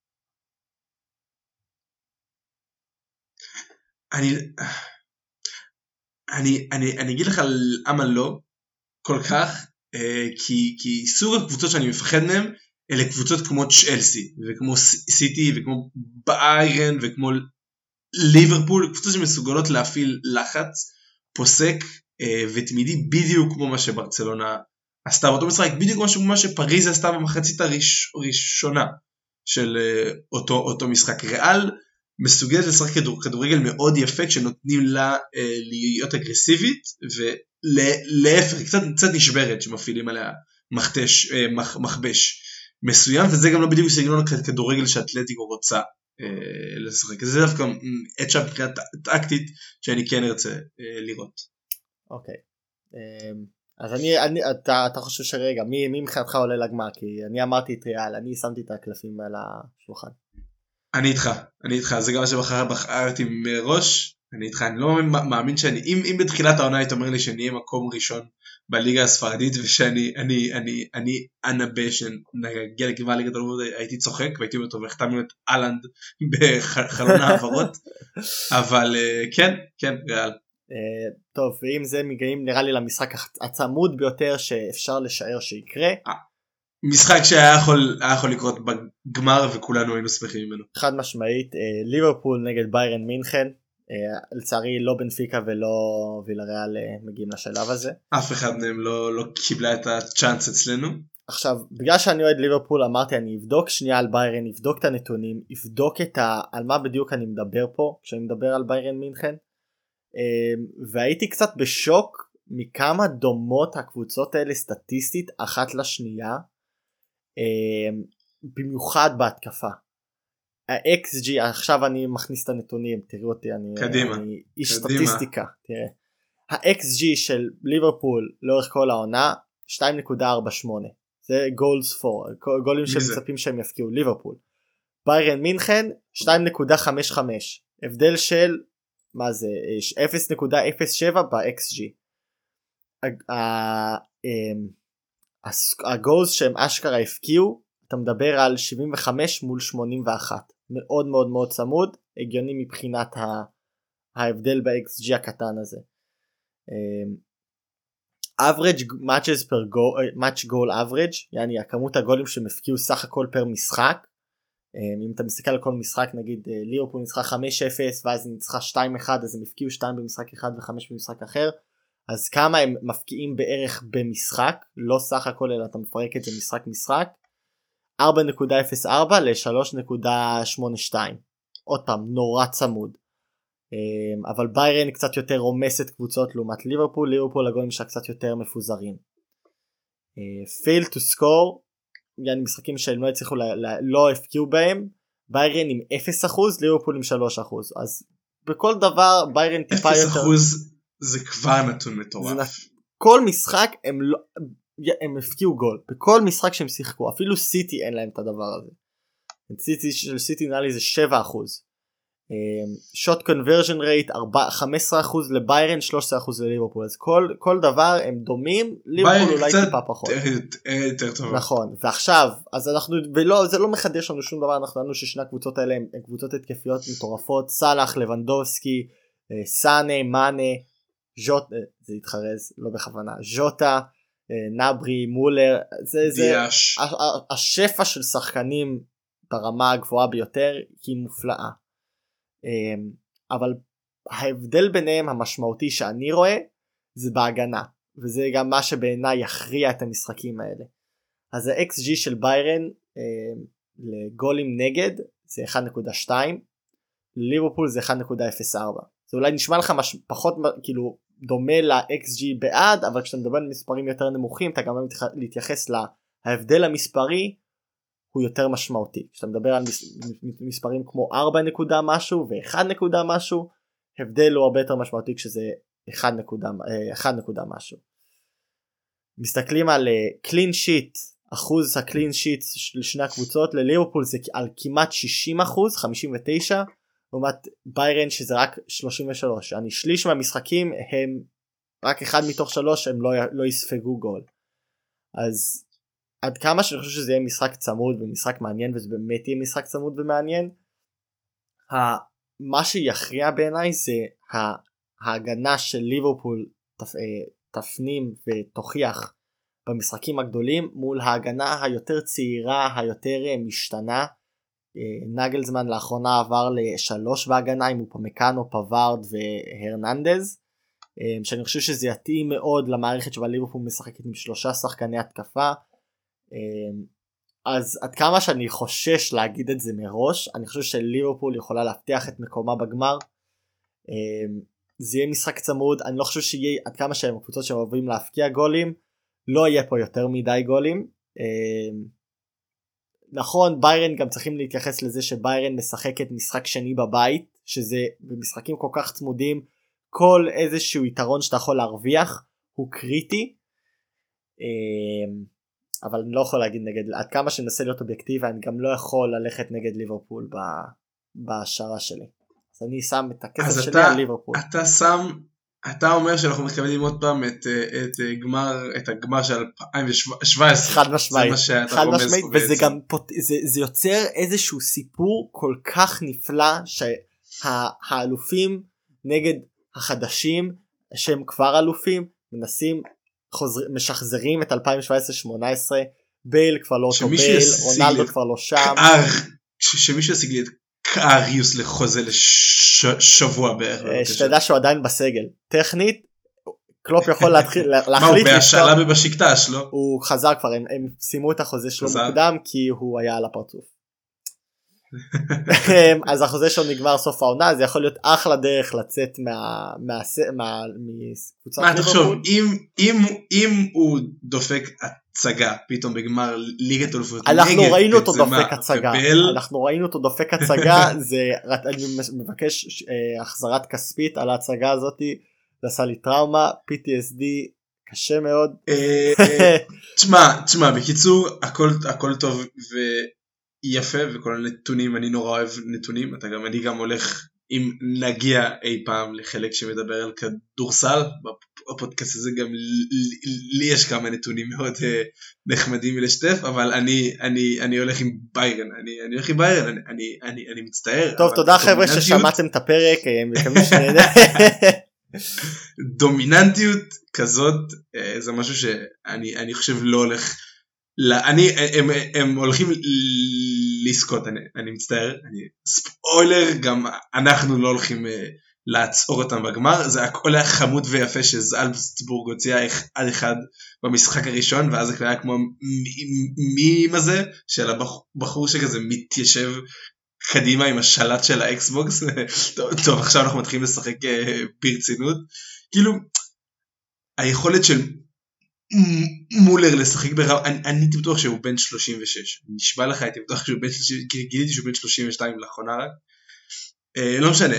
אני אגיד לך למה לא כל כך, כי סוג הקבוצות שאני מפחד מהם אלה קבוצות כמו צ'לסי וכמו סיטי וכמו ביירן וכמו ליברפול, קבוצות שמסוגלות להפעיל לחץ פוסק ותמידי, בדיוק כמו מה שברצלונה עשתה באותו משחק, בדיוק כמו מה שפריז עשתה במחצית הראשונה של אותו משחק. ריאל מסוגלת לשחק כדורגל מאוד יפה כשנותנים לה להיות אגרסיבית, ולהפך קצת נשברת שמפעילים עליה מכבש מסוים, וזה גם לא בדיוק סגנון כדורגל שאתלטיקו רוצה לשחק. זה דווקא את שם מבחינת טקטית שאני כן ארצה לראות. אוקיי, אז אתה חושב שרגע מי מבחינתך עולה לגמר? כי אני אמרתי את ריאל, אני שמתי את הקלפים על השולחן. אני איתך, זה גם מה שבחרתי מראש, אני איתך, אני לא מאמין שאני, אם בתחילת העונה היית אומר לי שאני אהיה מקום ראשון בליגה הספרדית, ושאני אנבא שנגיע לגמר ליגת האלופות, הייתי צוחק, והייתי אומר טוב, החתמנו את אלנד בחלון העברות, אבל כן, ריאל. טוב, ואם זה מגיעים נראה לי למשחק הצמוד ביותר שאפשר לשער שיקרה, משחק שהיה יכול לקרות בגמר וכולנו היינו שמחים ממנו. חד משמעית, ליברפול נגד ביירן מינכן, לצערי לא בנפיקה ולא וילריאל מגיעים לשלב הזה. אף אחד מהם לא קיבלה את הצ'אנס אצלנו. עכשיו, בגלל שאני אוהד ליברפול, אמרתי אני אבדוק שנייה על ביירן, אבדוק את הנתונים, אבדוק על מה בדיוק אני מדבר פה, כשאני מדבר על ביירן מינכן, והייתי קצת בשוק מכמה דומות הקבוצות האלה סטטיסטית אחת לשנייה, במיוחד בהתקפה. ה-XG, עכשיו אני מכניס את הנתונים, תראו אותי, אני איש סטטיסטיקה, תראה. ה-XG של ליברפול לאורך כל העונה, 2.48, זה goals for, גולים שמצפים שהם יפקיעו, ליברפול. ביירן מינכן, 2.55, הבדל של, מה זה, 0.07 ב-XG. הגולס שהם אשכרה הפקיעו, אתה מדבר על 75 מול 81, מאוד מאוד מאוד צמוד, הגיוני מבחינת ההבדל ב-XG הקטן הזה. average matches per goal, match goal average, יעני הכמות הגולים שהם הפקיעו סך הכל פר משחק, אם אתה מסתכל על כל משחק, נגיד ליברפול ניצחה 5-0 ואז ניצחה 2-1, אז הם הפקיעו 2 במשחק אחד ו5 במשחק אחר, אז כמה הם מפקיעים בערך במשחק, לא סך הכל אלא אתה מפרק את זה משחק, 4.04 ל-3.82, עוד פעם נורא צמוד, אבל ביירן קצת יותר רומסת קבוצות לעומת ליברפול הגולים שלה קצת יותר מפוזרים. fail to score, יעני משחקים שהם לא הצליחו, לא הפקיעו בהם, ביירן עם 0%, ליברפול עם 3%, אז בכל דבר ביירן טיפה יותר. 0% זה כבר נתון מטורף. כל משחק הם הפקיעו גול, בכל משחק שהם שיחקו, אפילו סיטי אין להם את הדבר הזה. סיטי של סיטי נראה לי זה 7%. שוט קונברז'ן רייט 15% לביירן, 13% לליברפול, אז כל דבר הם דומים, ליברפול אולי טיפה פחות. יותר טוב. נכון, ועכשיו, אז אנחנו, זה לא מחדש לנו שום דבר, אנחנו ראינו ששני הקבוצות האלה הם קבוצות התקפיות מטורפות, סלאח, לבנדובסקי, סאנה, מאנה, זה יתחרז, לא בכוונה, ז'וטה, נברי, מולר, זה השפע של שחקנים ברמה הגבוהה ביותר, היא מופלאה. אבל ההבדל ביניהם המשמעותי שאני רואה זה בהגנה, וזה גם מה שבעיניי יכריע את המשחקים האלה. אז ה-XG של ביירן לגולים נגד זה 1.2, ליברפול זה 1.04. זה אולי נשמע לך פחות כאילו דומה ל-XG בעד, אבל כשאתה מדבר על מספרים יותר נמוכים אתה גם להתייחס להבדל המספרי הוא יותר משמעותי. כשאתה מדבר על מספרים כמו 4 נקודה משהו ו1 נקודה משהו, הבדל הוא הרבה יותר משמעותי כשזה 1 נקודה משהו. מסתכלים על קלין שיט, אחוז הקלין שיט של שני הקבוצות, לליברפול זה על כמעט 60%, 59, לעומת ביירן שזה רק 33. אני שליש מהמשחקים הם רק 1 מתוך 3 הם לא יספגו גול. אז עד כמה שאני חושב שזה יהיה משחק צמוד ומשחק מעניין, וזה באמת יהיה משחק צמוד ומעניין, מה שיכריע בעיניי זה ההגנה של ליברפול תפנים ותוכיח במשחקים הגדולים מול ההגנה היותר צעירה, היותר משתנה. נגלזמן לאחרונה עבר ל3 בהגנה עם אופמקאנו, פווארד והרננדז, שאני חושב שזה יתאים מאוד למערכת שבה ליברפול משחקת עם 3 שחקני התקפה. אז עד כמה שאני חושש להגיד את זה מראש, אני חושב שליברפול יכולה להבטיח את מקומה בגמר. זה יהיה משחק צמוד, אני לא חושב שיהיה, עד כמה שהם הקבוצות שאוהבים להפקיע גולים, לא יהיה פה יותר מדי גולים. נכון, ביירן גם צריכים להתייחס לזה שביירן משחקת משחק שני בבית, שזה במשחקים כל כך צמודים, כל איזשהו יתרון שאתה יכול להרוויח הוא קריטי. אבל אני לא יכול להגיד נגד, עד כמה שננסה להיות אובייקטיבי, אני גם לא יכול ללכת נגד ליברפול בשערה שלי. אז אני שם את הכסף שלי על ליברפול. אתה אומר שאנחנו מתכוונים עוד פעם את הגמר של 2017. חד משמעית, וזה גם, זה יוצר איזשהו סיפור כל כך נפלא, שהאלופים נגד החדשים, שהם כבר אלופים, מנסים, משחזרים את 2017-18, בייל כבר לא אותו בייל, רונלדו כבר לא שם. שמישהו ישיג לי את קאריוס לחוזה לשבוע בערך. שתדע שהוא עדיין בסגל. טכנית, קלופ יכול להחליט מה, הוא בהשאלה בבשיקטש, לא? הוא חזר כבר, הם סיימו את החוזה שלו מוקדם, כי הוא היה על הפרצוף. אז החוזה שלו נגמר סוף העונה, זה יכול להיות אחלה דרך לצאת מקבוצת מה, תחשוב, אם הוא דופק הצגה, פתאום בגמר ליגת האלופות, אנחנו ראינו אותו דופק הצגה, אני מבקש החזרת כספית על ההצגה הזאת, זה עשה לי טראומה, PTSD, קשה מאוד. תשמע, בקיצור, הכל טוב ויפה, וכל הנתונים, אני נורא אוהב נתונים, אני גם הולך, אם נגיע אי פעם לחלק שמדבר על כדורסל, בפודקאסט הזה גם לי יש כמה נתונים מאוד נחמדים לשתף, אבל אני הולך עם ביירן, אני מצטער. טוב, תודה חבר'ה ששמעתם את הפרק, מקווים שנהנה. דומיננטיות כזאת, זה משהו שאני חושב לא הולך, הם הולכים לזכות, אני מצטער, ספוילר, גם אנחנו לא הולכים לעצור אותם בגמר, זה הכל היה חמוד ויפה שזלצבורג הוציאה 1-1 במשחק הראשון, ואז זה היה כמו מים הזה, של הבחור שכזה מתיישב קדימה עם השלט של האקסבוקס. טוב, עכשיו אנחנו מתחילים לשחק ברצינות, כאילו היכולת של מולר לשחק ברמה, אני הייתי בטוח שהוא בן 36, נשבע לך, הייתי בטוח שהוא בן 36, כי גיליתי שהוא בן 32 לאחרונה רק, לא משנה,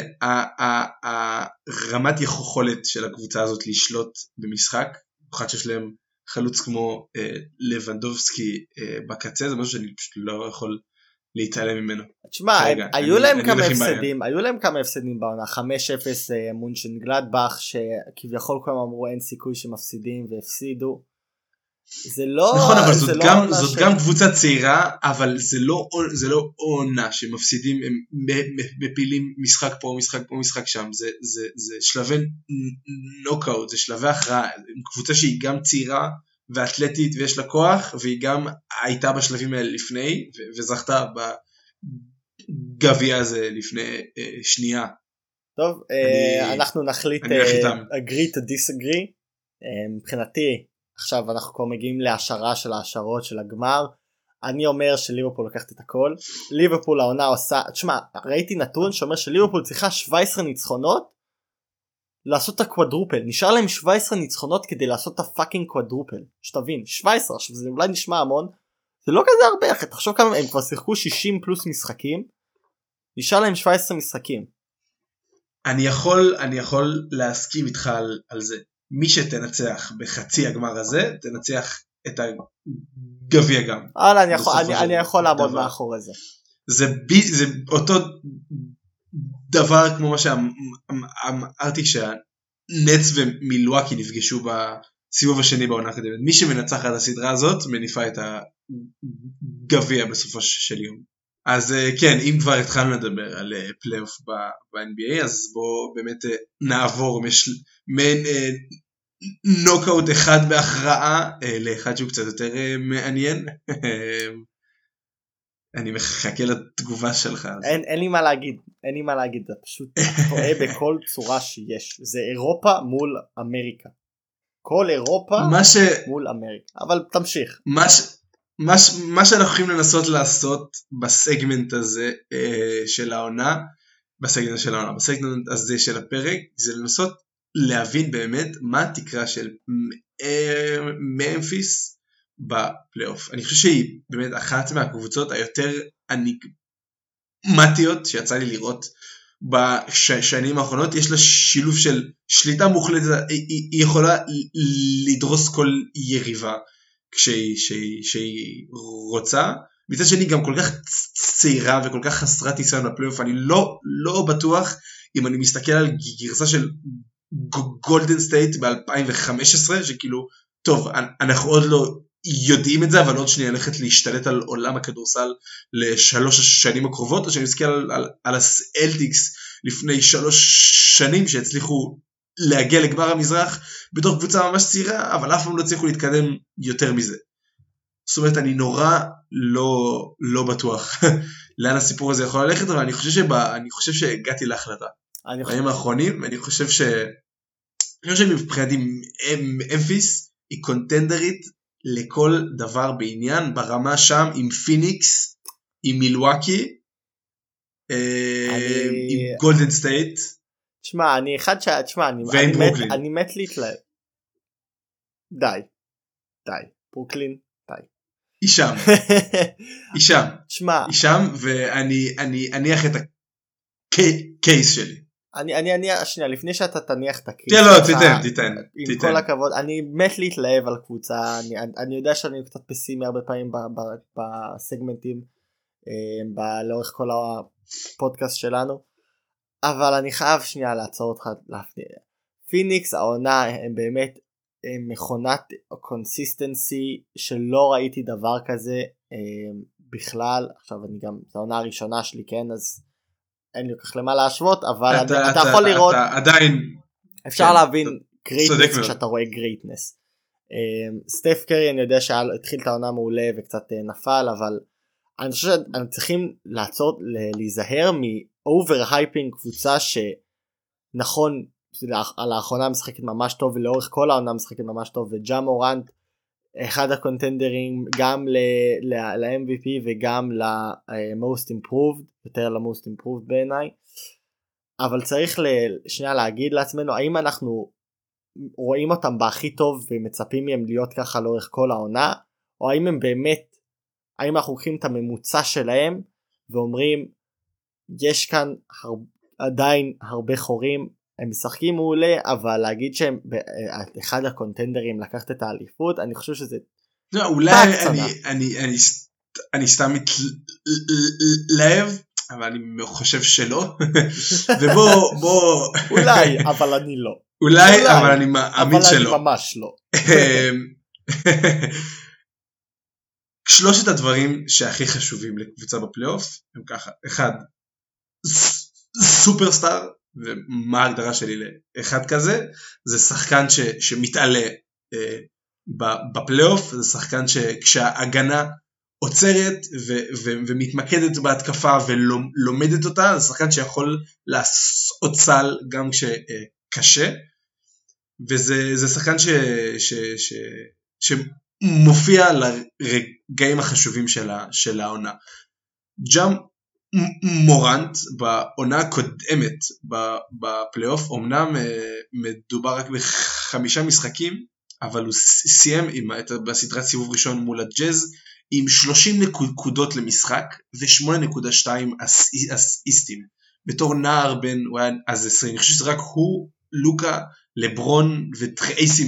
הרמת יכולת של הקבוצה הזאת לשלוט במשחק, במיוחד שיש להם חלוץ כמו לבנדובסקי בקצה, זה משהו שאני פשוט לא יכול להתעלם ממנו. תשמע, היו להם כמה הפסדים בעונה, 5-0 מונשן גלדבך, שכביכול כולם אמרו אין סיכוי שמפסידים והפסידו. זה לא... נכון, אבל זאת גם קבוצה צעירה, אבל זה לא עונה שמפסידים, הם מפילים משחק פה, משחק שם, זה שלבי נוקאוט, זה שלבי הכרעה, קבוצה שהיא גם צעירה, ואתלטית ויש לה כוח, והיא גם הייתה בשלבים האלה לפני, וזכתה בגביע הזה לפני שנייה. טוב, אנחנו נחליט agree to disagree. מבחינתי, עכשיו אנחנו כבר מגיעים להשערה של ההשערות של הגמר, אני אומר שליברפול לקחת את הכל, ליברפול העונה עושה, תשמע, ראיתי נתון שאומר שליברפול צריכה 17 ניצחונות, לעשות את הקוואדרופל, נשאר להם 17 ניצחונות כדי לעשות את הפאקינג קוואדרופל, שתבין, 17, עכשיו זה אולי נשמע המון, זה לא כזה הרבה, אחרי תחשוב כמה, הם כבר שיחקו 60 פלוס משחקים, נשאר להם 17 משחקים. אני יכול להסכים איתך על זה, מי שתנצח בחצי הגמר הזה, תנצח את הגביע גם. אני יכול לעמוד מאחורי זה. זה אותו דבר כמו מה שאמרתי כשהנץ ומילואקי נפגשו בסיבוב השני בעונה הקודמת. מי שמנצח את הסדרה הזאת מניפה את הגביע בסופו של יום. אז כן, אם כבר התחלנו לדבר על פלייאוף ב-NBA, אז בואו באמת נעבור מעין נוקאוט אחד בהכרעה לאחד שהוא קצת יותר מעניין. אני מחכה לתגובה שלך. אין לי מה להגיד, זה פשוט טועה בכל צורה שיש. זה אירופה מול אמריקה. כל אירופה מול אמריקה. אבל תמשיך. מה שאנחנו יכולים לנסות לעשות בסגמנט הזה של העונה, בסגמנט הזה של הפרק, זה לנסות להבין באמת מה התקרה של ממפיס בפלייאוף. אני חושב שהיא באמת אחת מהקבוצות היותר אניגמטיות שיצא לי לראות בשנים האחרונות. יש לה שילוב של שליטה מוחלטת, היא יכולה לדרוס כל יריבה כשהיא רוצה, מצד שני גם כל כך צעירה וכל כך חסרת ניסיון בפלייאוף. אני לא בטוח אם אני מסתכל על גרסה של גולדן סטייט ב-2015, שכאילו, טוב, אנחנו עוד לא יודעים את זה, אבל עוד שנייה הולכת להשתלט על עולם הכדורסל ל3 השנים הקרובות, או שאני מסתכל על הסלטיקס לפני 3 שנים, שהצליחו להגיע לגמר המזרח, בתור קבוצה ממש צעירה, אבל אף פעם לא הצליחו להתקדם יותר מזה. זאת אומרת, אני נורא לא בטוח לאן הסיפור הזה יכול ללכת, אבל אני חושב שהגעתי להחלטה. בימים האחרונים, אני חושב אני חושב שמבחינתי ממפיס היא קונטנדרית לכל דבר בעניין, ברמה שם עם פיניקס, עם מילווקי, עם גולדן סטייט. תשמע, אני מת להתלהב. די, ברוקלין, די. היא שם, תשמע, היא שם, ואני אניח את הקייס שלי. שנייה, לפני שאתה תניח את הקייס. תיתן. עם כל הכבוד, אני מת להתלהב על קבוצה, אני יודע שאני קצת פסימי הרבה פעמים בסגמנטים, לאורך כל הפודקאסט שלנו, אבל אני חייב שנייה לעצור אותך להפניע. פיניקס העונה הם באמת מכונת קונסיסטנסי שלא ראיתי דבר כזה בכלל. עכשיו אני גם, זו העונה הראשונה שלי, כן, אז אין לי כך למה להשוות, אבל אתה יכול לראות, עדיין אפשר להבין גרייטנס כשאתה רואה גרייטנס. סטף קרי אני יודע שהתחיל את העונה מעולה וקצת נפל, אבל אני חושב שאנחנו צריכים להיזהר מאובר הייפינג קבוצה שנכון לאחרונה משחקת ממש טוב ולאורך כל העונה משחקת ממש טוב, וג'ה מורנט אחד הקונטנדרים גם ל-MVP וגם ל-Most Improved, יותר ל-Most Improved בעיניי, אבל צריך שנייה להגיד לעצמנו האם אנחנו רואים אותם בהכי טוב ומצפים מהם להיות ככה לאורך כל העונה, או האם הם באמת, האם אנחנו לוקחים את הממוצע שלהם ואומרים יש כאן עדיין הרבה חורים, הם משחקים מעולה, אבל להגיד שהם אחד הקונטנדרים לקחת את האליפות, אני חושב שזה אולי אני סתם מתלהב, אבל אני חושב שלא. ובוא אולי, אבל אני לא. אולי, אבל אני מאמין שלא. אבל אני ממש לא. שלושת הדברים שהכי חשובים לקבוצה בפלייאוף הם ככה: אחד, סופרסטאר, ומה ההגדרה שלי לאחד כזה? זה שחקן שמתעלה בפלייאוף, זה שחקן שכשההגנה עוצרת ומתמקדת בהתקפה ולומדת אותה, זה שחקן שיכול לעשות סל גם כשקשה, וזה שחקן שמופיע לרגעים החשובים של העונה. ג'ה מורנט בעונה הקודמת בפלייאוף, אמנם מדובר רק ב5 משחקים, אבל הוא סיים בסדרת סיבוב ראשון מול הג'אז עם 30 נקודות למשחק ו8.2 אסיסטים, בתור נער בן, הוא היה אז 20, אני חושב שזה רק הוא, לוקה, לברון וטרייסי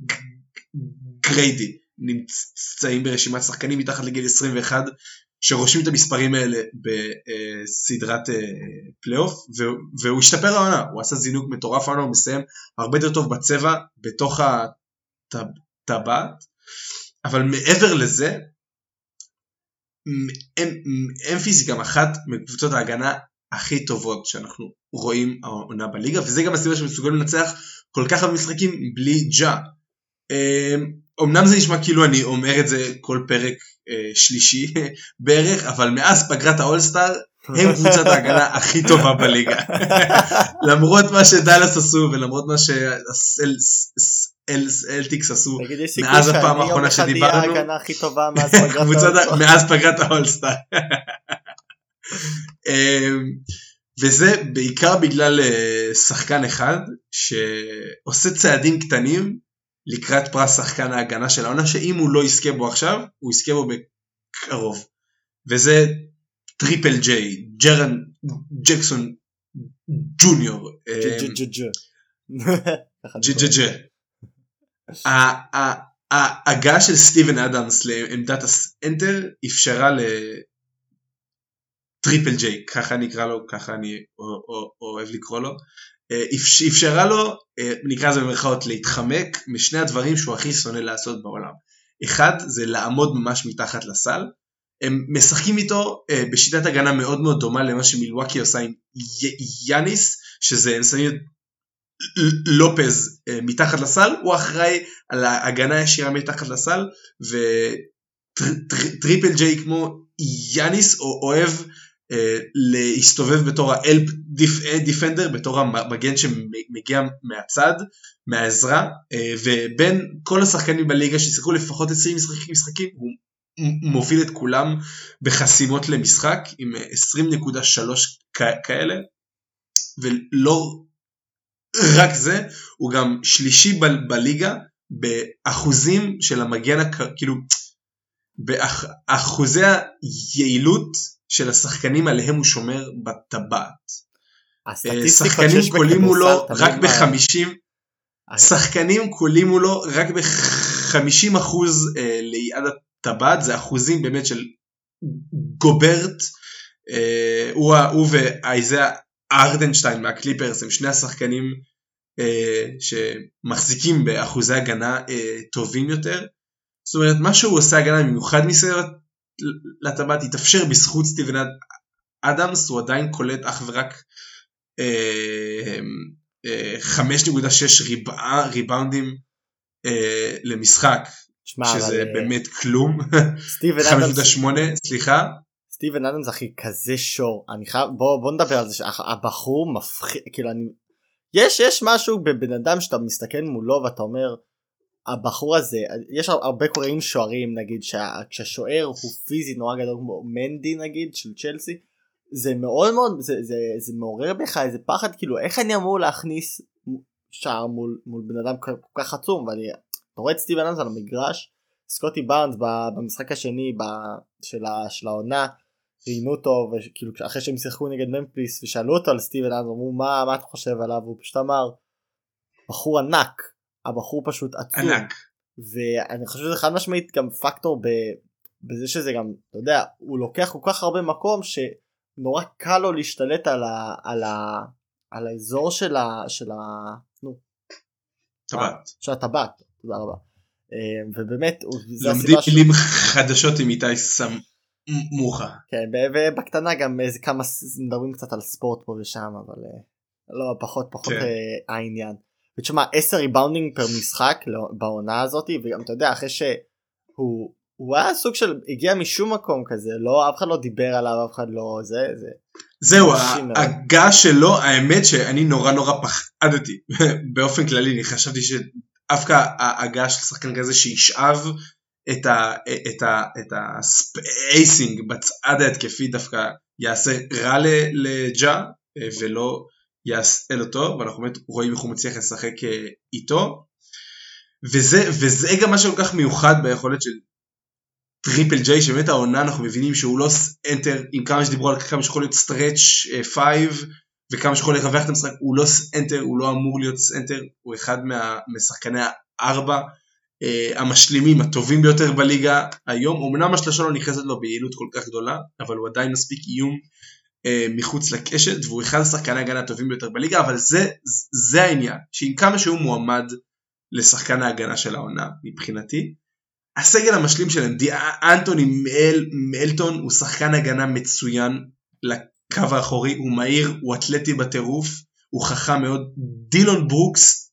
גריידי נמצאים ברשימת שחקנים מתחת לגיל 21 שרושמים את המספרים האלה בסדרת פלייאוף, והוא השתפר העונה, הוא עשה זינוק מטורף העונה, הוא מסיים הרבה יותר טוב בצבע בתוך הטבעת. אבל מעבר לזה, ממפיס היא גם אחת מקבוצות ההגנה הכי טובות שאנחנו רואים העונה בליגה, וזה גם הסיבה שמסוגל לנצח כל כך הרבה משחקים בלי ג'ה. אמנם זה נשמע כאילו אני אומר את זה כל פרק שלישי בערך, אבל מאז פגרת האולסטאר הם קבוצת ההגנה הכי טובה בליגה. למרות מה שדלס עשו ולמרות מה שהסלטיקס עשו מאז הפעם האחרונה שדיברנו, מאז פגרת האולסטאר. וזה בעיקר בגלל שחקן אחד שעושה צעדים קטנים לקראת פרס שחקן ההגנה של העונה, שאם הוא לא יזכה בו עכשיו, הוא יזכה בו בקרוב. וזה טריפל ג'יי, ג'רן ג'קסון ג'וניור. ההגעה של סטיבן אדמס לעמדת הסנטר אפשרה לטריפל ג'יי, ככה אני אקרא לו, ככה אני אוהב לקרוא לו, אפשרה לו, נקרא זה במרכאות, להתחמק משני הדברים שהוא הכי שונא לעשות בעולם. אחד, זה לעמוד ממש מתחת לסל. הם משחקים איתו בשיטת הגנה מאוד מאוד דומה למה שמילווקי עושה עם יאניס, שזה הם שמים לופז מתחת לסל, הוא אחראי על ההגנה הישירה מתחת לסל, וטריפל ג'יי כמו יאניס אוהב להסתובב בתור ה-help defender, בתור המגן שמגיע מהצד, מהעזרה, ובין כל השחקנים בליגה ששיחקו לפחות 20 משחקים, הוא מוביל את כולם בחסימות למשחק, עם 20.3 כאלה, ולא רק זה, הוא גם שלישי בליגה, באחוזים של המגן, כאילו, באחוזי היעילות של השחקנים עליהם הוא שומר בטבעת. שחקנים קולים מולו רק ב-50, שחקנים קולים מולו רק ב-50% ליד הטבעת, זה אחוזים באמת של גוברט, הוא ואייזיה ארדנשטיין מהקליפרס, הם שני השחקנים שמחזיקים באחוזי הגנה טובים יותר, זאת אומרת, מה שהוא עושה הגנה במיוחד מסביב לטבעת, יתאפשר בזכות סטיבן אדמס, הוא עדיין קולט אך ורק 5.6 ריבאונדים למשחק, שזה באמת כלום, 5.8, סליחה. סטיבן אדמס אחי כזה שור, בוא נדבר על זה, הבחור מפחיד, כאילו יש משהו בבן אדם שאתה מסתכל מולו ואתה אומר, הבחור הזה, יש הרבה קוראים שוערים נגיד, כשהשוער הוא פיזי נורא גדול כמו מנדי נגיד של צ'לסי, זה מאוד מאוד, זה מעורר בך איזה פחד, כאילו איך אני אמור להכניס שער מול בן אדם כל כך עצום, אתה רואה את סטיבן אדמס על המגרש, סקוטי בארנס במשחק השני של העונה, ראינו אותו, וכאילו אחרי שהם שיחקו נגד ממפיס ושאלו אותו על סטיבן אדמס, אמרו מה אתה חושב עליו, הוא פשוט אמר, בחור ענק, הבחור פשוט עצום, ואני חושב שזה חד משמעית גם פקטור בזה שזה גם, אתה יודע, הוא לוקח כל כך הרבה מקום שנורא קל לו להשתלט על האזור של הטבעת, תודה רבה, ובאמת לומדים מילים חדשות עם איתי סמוכה. כן, ובקטנה גם איזה כמה מדברים קצת על ספורט פה ושם, אבל לא, פחות העניין. ותשמע, 10 ריבאונדינג פר משחק בעונה הזאת, וגם אתה יודע, אחרי שהוא היה סוג של, הגיע משום מקום כזה, לא, אף אחד לא דיבר עליו, אף אחד לא, זהו, ההגעה שלו, האמת שאני נורא פחדתי, באופן כללי, אני חשבתי שאפקה ההגעה של שחקן כזה שישאב את הספייסינג בצד ההתקפי, דווקא יעשה רע לג'ה, ולא יעשה אותו, ואנחנו באמת רואים איך הוא מצליח לשחק איתו, וזה גם מה שכל כך מיוחד ביכולת של טריפל ג'יי, שבאמת העונה אנחנו מבינים שהוא לא סנטר, עם כמה שדיברו על כמה שיכול להיות סטרץ' 5, וכמה שיכול לרווח את המשחק, הוא לא סנטר, הוא לא אמור להיות סנטר, הוא אחד משחקני 4, המשלימים הטובים ביותר בליגה היום, אמנם השלושה לא נכנסת לו ביעילות כל כך גדולה, אבל הוא עדיין מספיק איום מחוץ לקשת, והוא אחד השחקני ההגנה הטובים ביותר בליגה, אבל זה העניין, שעם כמה שהוא מועמד לשחקן ההגנה של העונה, מבחינתי, הסגל המשלים שלהם, אנטוני מלטון, הוא שחקן הגנה מצוין לקו האחורי, הוא מהיר, הוא אתלטי בטירוף, הוא חכם מאוד, דילון ברוקס,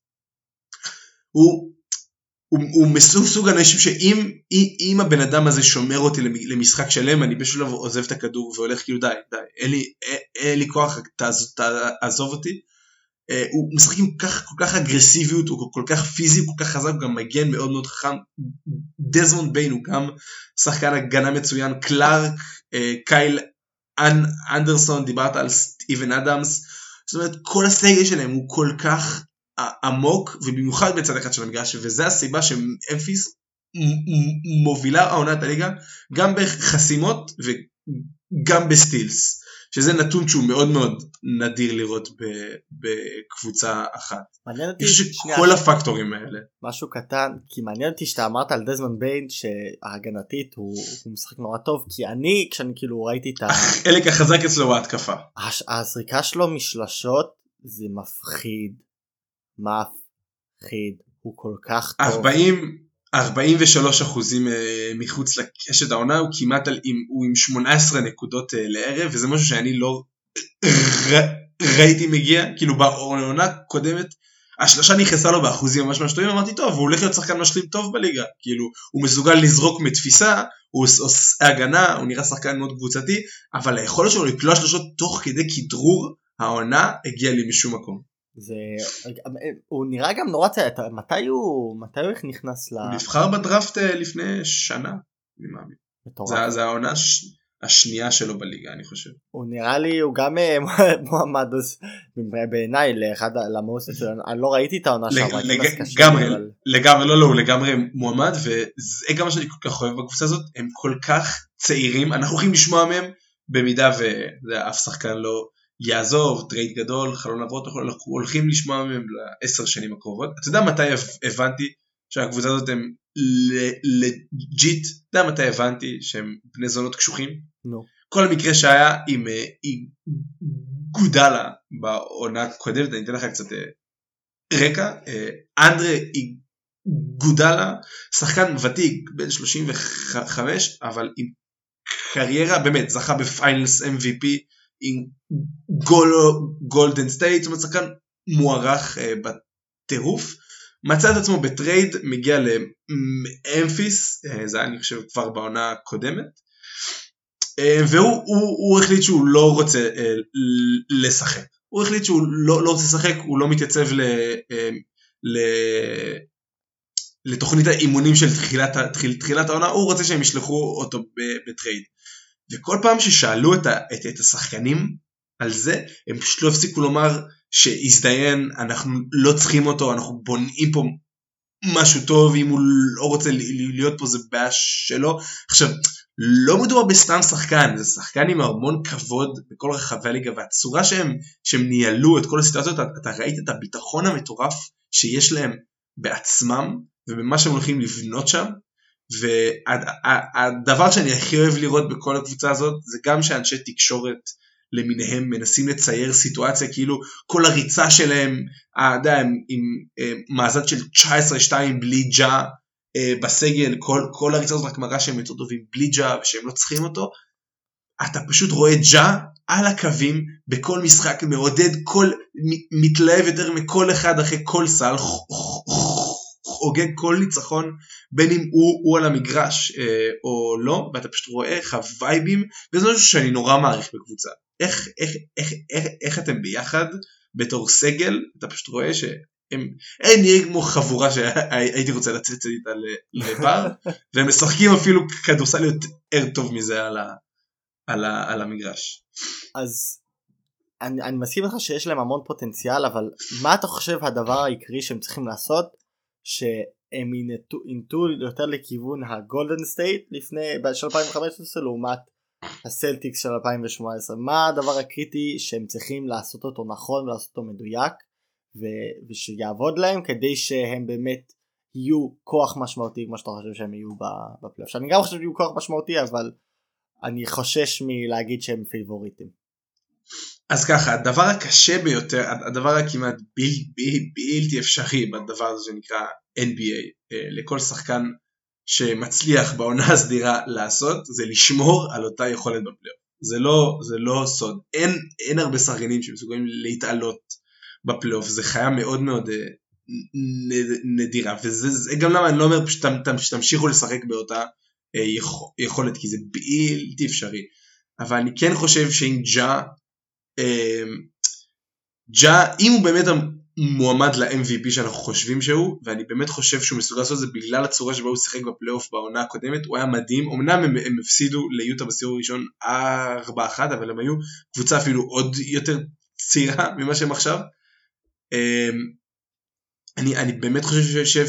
הוא מסוג אנשים שאם הבן אדם הזה שומר אותי למשחק שלם, אני בשלב עוזב את הכדור והולך כאילו די, אין לי כוח, תעזוב אותי. הוא משחק עם כל כך אגרסיביות, הוא כל כך פיזי, הוא כל כך חזק, הוא גם מגן מאוד מאוד חכם. דזמונד ביין הוא גם שחקן הגנה מצוין, קלארק, קייל אנדרסון, דיברת על סטיבן אדמס, זאת אומרת כל הסגל שלהם הוא כל כך עמוק, ובמיוחד בצד אחד של המגרש, וזה הסיבה שממפיס מובילה העונת הליגה, גם בחסימות וגם בסטילס, שזה נתון שהוא מאוד מאוד נדיר לראות בקבוצה אחת. מעניין אותי כל הפקטורים האלה. משהו קטן, כי מעניין אותי שאתה אמרת על דזמונד ביין, שההגנתית הוא משחק נורא טוב, כי כשאני כאילו ראיתי את החלק החזק אצלו הוא ההתקפה. הזריקה שלו משלשות, זה מפחיד, הוא כל כך טוב. 43% מחוץ לקשת העונה, הוא כמעט הוא עם 18 נקודות לערב, וזה משהו שאני לא ראיתי מגיע, כאילו בעונה קודמת, השלושה נכנסה לו באחוזים ממש טובים, אמרתי טוב, הוא הולך להיות שחקן משלים טוב בליגה, כאילו הוא מסוגל לזרוק מתפיסה, הוא עושה הגנה, הוא נראה שחקן מאוד קבוצתי, אבל היכולת שלו לקלוע שלושות תוך כדי כדרור העונה הגיע לי משום מקום. הוא נראה גם נורא צעיר, מתי הוא נכנס הוא נבחר בדראפט לפני שנה, אני מאמין. זה העונה השנייה שלו בליגה, אני חושב. הוא נראה לי, הוא גם מועמד בעיניי לאחד למוסט שלו, אני לא ראיתי את העונה שם. לגמרי, לא, הוא לגמרי מועמד, וזה גם מה שאני כל כך אוהב בקבוצה הזאת, הם כל כך צעירים, אנחנו הולכים לשמוע מהם, במידה ואף שחקן לא יעזוב, טרייד גדול, חלון עברות, אנחנו הולכים לשמוע מהם ל10 שנים הקרובות. אתה יודע מתי הבנתי שהקבוצה הזאת הם לג'יט, אתה יודע מתי הבנתי שהם בני זונות קשוחים? כל המקרה שהיה עם גודלה בעונה הקודמת, אני אתן לך קצת רקע, אנדרה גודלה, שחקן ותיק, בן 35, אבל עם קריירה, באמת, זכה בפיינלס MVP, עם גולדן סטייט, זאת אומרת, שחקן מוערך בטירוף, מצא את עצמו בטרייד, מגיע לאמפיס, זה היה אני חושב כבר בעונה הקודמת, והוא החליט שהוא לא רוצה לשחק, הוא החליט שהוא לא רוצה לשחק, הוא לא מתייצב לתוכנית האימונים של תחילת העונה, הוא רוצה שהם ישלחו אותו בטרייד, וכל פעם ששאלו את השחקנים על זה, הם פשוט לא הפסיקו לומר שהזדיין, אנחנו לא צריכים אותו, אנחנו בונים פה משהו טוב, אם הוא לא רוצה להיות פה זה בעיה שלו. עכשיו, לא מדובר בסתם שחקן, זה שחקן עם המון כבוד בכל רחבי הליגה, והצורה שהם ניהלו את כל הסיטואציות, אתה ראית את הביטחון המטורף שיש להם בעצמם, ובמה שהם הולכים לבנות שם, והדבר שאני הכי אוהב לראות בכל הקבוצה הזאת, זה גם שאנשי תקשורת למיניהם מנסים לצייר סיטואציה, כאילו כל הריצה שלהם, הם עם מאזן של 19-2 בלי ג'ה בסגל, כל הריצה הזאת רק מראה שהם יותר טובים בלי ג'ה, ושהם לא צריכים אותו, אתה פשוט רואה ג'ה על הקווים, בכל משחק מעודד, מתלהב יותר מכל אחד אחרי כל סל, חוגג כל ניצחון, בין אם הוא על המגרש או לא, ואתה פשוט רואה איך הווייבים, וזה משהו שאני נורא מעריך בקבוצה. איך אתם ביחד בתור סגל, אתה פשוט רואה שהם נראים כמו חבורה שהייתי רוצה לצאת איתה לבר, והם משחקים אפילו כדורסל יותר טוב מזה על המגרש. אז אני מסכים לך שיש להם המון פוטנציאל, אבל מה אתה חושב הדבר העיקרי שהם צריכים לעשות, שהם ינטו יותר לכיוון הגולדן סטייט של 2015 לעומת הסלטיקס של 2018, מה הדבר הקריטי שהם צריכים לעשות אותו נכון ולעשות אותו מדויק ושיעבוד להם כדי שהם באמת יהיו כוח משמעותי כמו שאתה חושב שהם יהיו בפלייאוף? אני גם חושב שיהיו כוח משמעותי, אבל אני חושש מלהגיד שהם פייבוריטים. אז ככה, הדבר הקשה ביותר, הדבר הכמעט בלתי אפשרי בדבר הזה שנקרא NBA, לכל שחקן שמצליח בעונה הסדירה לעשות, זה לשמור על אותה יכולת בפלייאוף. זה לא סוד. אין הרבה שחקנים שמסוגלים להתעלות בפלייאוף, זה חיה מאוד מאוד נדירה, וזה גם למה אני לא אומר שתמשיכו לשחק באותה יכולת, כי זה בלתי אפשרי. אבל אני כן חושב שאם ג'ה, אם הוא באמת מועמד ל-MVP שאנחנו חושבים שהוא, ואני באמת חושב שהוא מסוגל לעשות זה בגלל הצורה שבה הוא שיחק בפלייאוף בעונה הקודמת, הוא היה מדהים. אמנם הם הפסידו ליוטה בסיבוב הראשון 4-1, אבל הם היו קבוצה אפילו עוד יותר צעירה ממה שהם עכשיו. אני באמת חושב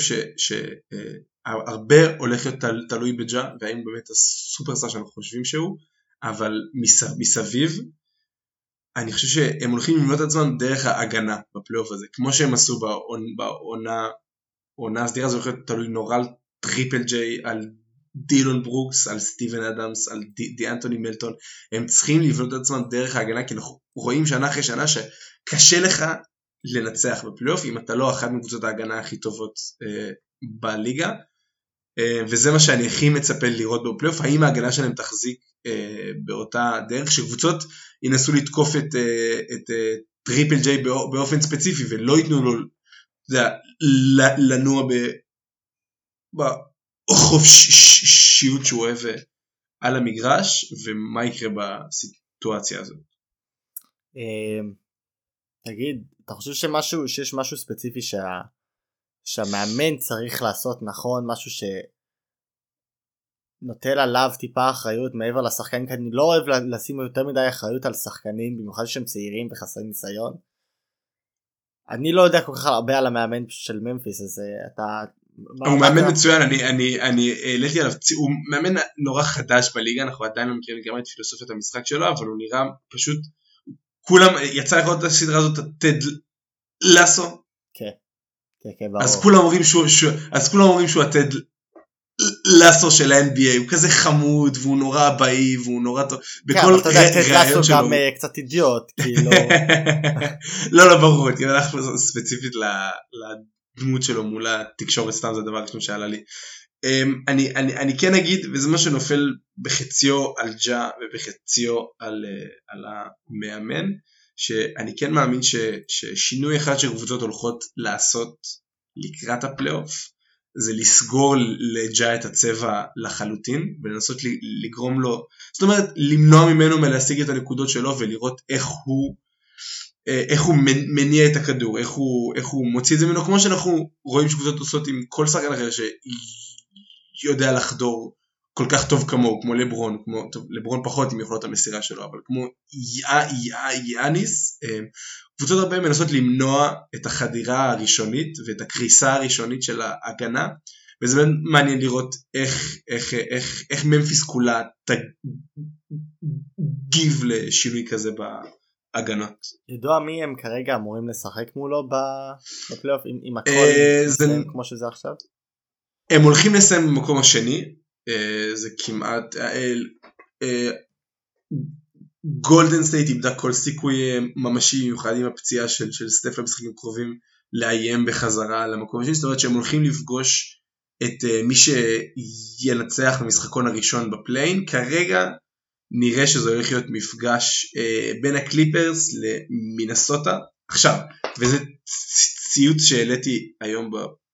שהרבה הולך להיות תלוי בג'ה, והאם באמת הסופרסטאר שאנחנו חושבים שהוא, אבל מסביב, אני חושב שהם הולכים לבנות את עצמם דרך ההגנה בפלייאוף הזה, כמו שהם עשו בעונה הסדירה, זה הולך להיות תלוי נורא על טריפל ג'יי, על דילון ברוקס, על סטיבן אדמס, על דיאנטוני מלטון. הם צריכים לבנות את עצמם דרך ההגנה, כי אנחנו רואים שנה אחרי שנה שקשה לך לנצח בפלייאוף, אם אתה לא אחת מקבוצות ההגנה הכי טובות בליגה, וזה מה שאני הכי מצפה לראות בפלייאוף, האם ההגנה שלהם תחזיק באותה דרך, שקבוצות ינסו לתקוף את טריפל ג'יי באופן ספציפי, ולא ייתנו לו לנוע בחופשיות שהוא אוהב על המגרש, ומה יקרה בסיטואציה הזאת. תגיד, אתה חושב שיש משהו ספציפי שהמאמן צריך לעשות נכון, משהו שנוטל עליו טיפה אחריות מעבר לשחקנים, כי אני לא אוהב לשים יותר מדי אחריות על שחקנים, במיוחד שהם צעירים וחסרי ניסיון. אני לא יודע כל כך הרבה על המאמן של ממפיס, אז אתה... הוא מאמן מצוין, אני העליתי עליו, הוא מאמן נורא חדש בליגה, אנחנו עדיין לא מכירים גם את פילוסופיית המשחק שלו, אבל הוא נראה פשוט, כולם, יצא לראות את הסדרה הזאת, טד לסו, אז כולם אומרים שהוא הטד לסו של ה-NBA, הוא כזה חמוד, והוא נורא אבאי, והוא נורא טוב, בכל רעיון שלו. גם קצת אידיוט, כאילו. לא, ברור, כי אנחנו ספציפית לדמות שלו מול התקשורת, סתם זה הדבר ראשון שעלה לי. אני כן אגיד, וזה מה שנופל בחציו על ג'ה, ובחציו על המאמן, שאני כן מאמין ששינוי אחד שקבוצות הולכות לעשות לקראת הפלייאוף, זה לסגור לג'ה את הצבע לחלוטין, ולנסות לגרום לו, זאת אומרת, למנוע ממנו מלהשיג את הנקודות שלו, ולראות איך הוא מניע את הכדור, איך הוא מוציא את זה ממנו, כמו שאנחנו רואים שקבוצות עושות עם כל שחקן אחר, שיודע לחדור כל כך טוב כמוהו, כמו לברון, לברון פחות עם יכולות המסירה שלו, אבל כמו יאניס, קבוצות הרבה מנסות למנוע את החדירה הראשונית ואת הקריסה הראשונית של ההגנה, וזה מעניין לראות איך ממפיס כולה תגיב לשינוי כזה בהגנות. ידוע מי הם כרגע אמורים לשחק מולו בפלייאוף עם הכל כמו שזה עכשיו? הם הולכים לסיים במקום השני, זה כמעט גולדן סטייט איבדה כל סיכוי ממשי מיוחד עם הפציעה של סטף למשחקים קרובים לאיים בחזרה למקום השני, זאת אומרת שהם הולכים לפגוש את מי שינצח במשחקון הראשון בפליין. כרגע נראה שזה הולך להיות מפגש בין הקליפרס למינסוטה. עכשיו, וזה ציוץ שהעליתי היום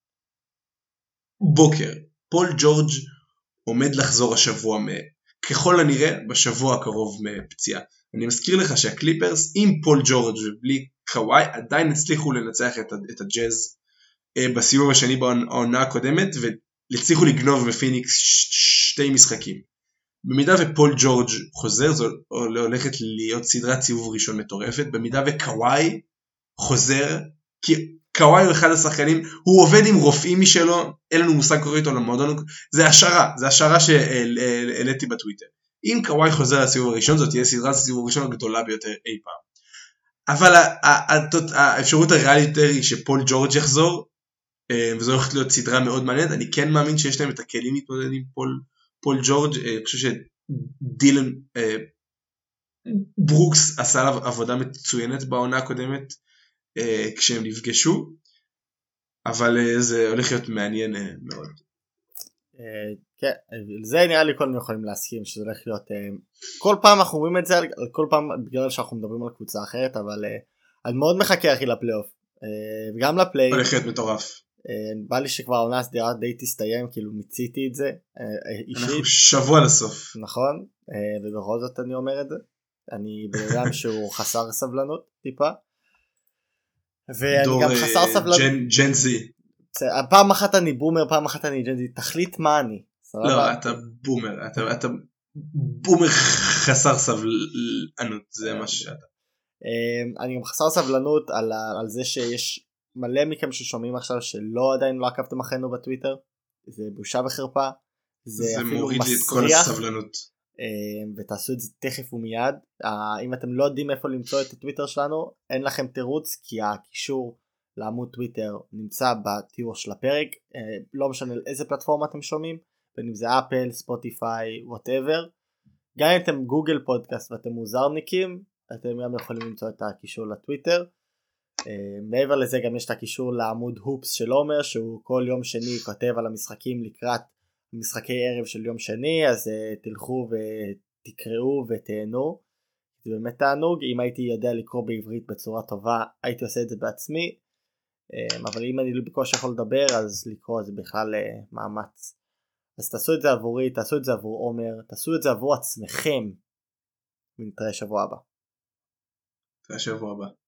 בבוקר, פול ג'ורג' עומד לחזור השבוע ככל הנראה בשבוע הקרוב מפציעה. אני מזכיר לך שהקליפרס עם פול ג'ורג' ובלי קוואי עדיין הצליחו לנצח את הג'אז בסיבוב השני בעונה הקודמת, והצליחו לגנוב בפיניקס 2 משחקים. במידה ופול ג'ורג' חוזר, זו הולכת להיות סדרת סיבוב ראשון מטורפת. במידה וקוואי חוזר, כי קוואי הוא אחד השחקנים, הוא עובד עם רופאים משלו, אין לנו מושג קורא איתו למועדון, זה השערה שהעליתי בטוויטר. אם קוואי חוזר לסיבוב הראשון, זאת תהיה סדרת הסיבוב הראשון הגדולה ביותר אי פעם. אבל האפשרות הריאלית יותר היא שפול ג'ורג' יחזור, וזו הולכת להיות סדרה מאוד מעניינת. אני כן מאמין שיש להם את הכלים להתמודד עם פול ג'ורג'. אני חושב שדילן ברוקס עשה עליו עבודה מצוינת בעונה הקודמת, כשהם נפגשו, אבל זה הולך להיות מעניין מאוד. כן, זה נראה לי כולנו יכולים להסכים שזה הולך להיות, כל פעם אנחנו אומרים את זה, כל פעם בגלל שאנחנו מדברים על קבוצה אחרת, אבל אני מאוד מחכה אחי לפלייאוף, וגם לפליי. הולך להיות מטורף. בא לי שכבר העונה הסדירה די תסתיים, כאילו מיציתי את זה אנחנו שבוע לסוף. נכון, ובכל זאת אני אומר את זה, אני בן שהוא חסר סבלנות טיפה, ואני גם חסר סבלנות. ג'נזי. פעם אחת אני בומר, פעם אחת אני ג'נזי, תחליט מה אני. לא, אתה בומר, אתה בומר חסר סבלנות, זה מה שאתה. אני גם חסר סבלנות על זה שיש מלא מכם ששומעים עכשיו שלא עדיין לא עקבתם אחרינו בטוויטר, זה בושה וחרפה, זה מוריד לי את כל הסבלנות. ותעשו את זה תכף ומיד. אם אתם לא יודעים איפה למצוא את הטוויטר שלנו, אין לכם תירוץ, כי הקישור לעמוד טוויטר נמצא בתיאור של הפרק, לא משנה איזה פלטפורמה אתם שומעים, בין אם זה אפל, ספוטיפיי, whatever. גם אם אתם גוגל פודקאסט ואתם מוזרניקים, אתם גם יכולים למצוא את הקישור לטוויטר. מעבר לזה גם יש את הקישור לעמוד הופס של עומר, שהוא כל יום שני כותב על המשחקים לקראת משחקי ערב של יום שני, אז תלכו ותקראו ותהנו, זה באמת תענוג. אם הייתי יודע לקרוא בעברית בצורה טובה הייתי עושה את זה בעצמי, אבל אם אני לא בקושי יכול לדבר אז לקרוא זה בכלל מאמץ. אז תעשו את זה עבורי, תעשו את זה עבור עומר, תעשו את זה עבור עצמכם, ונתראה שבוע הבא. נתראה שבוע הבא.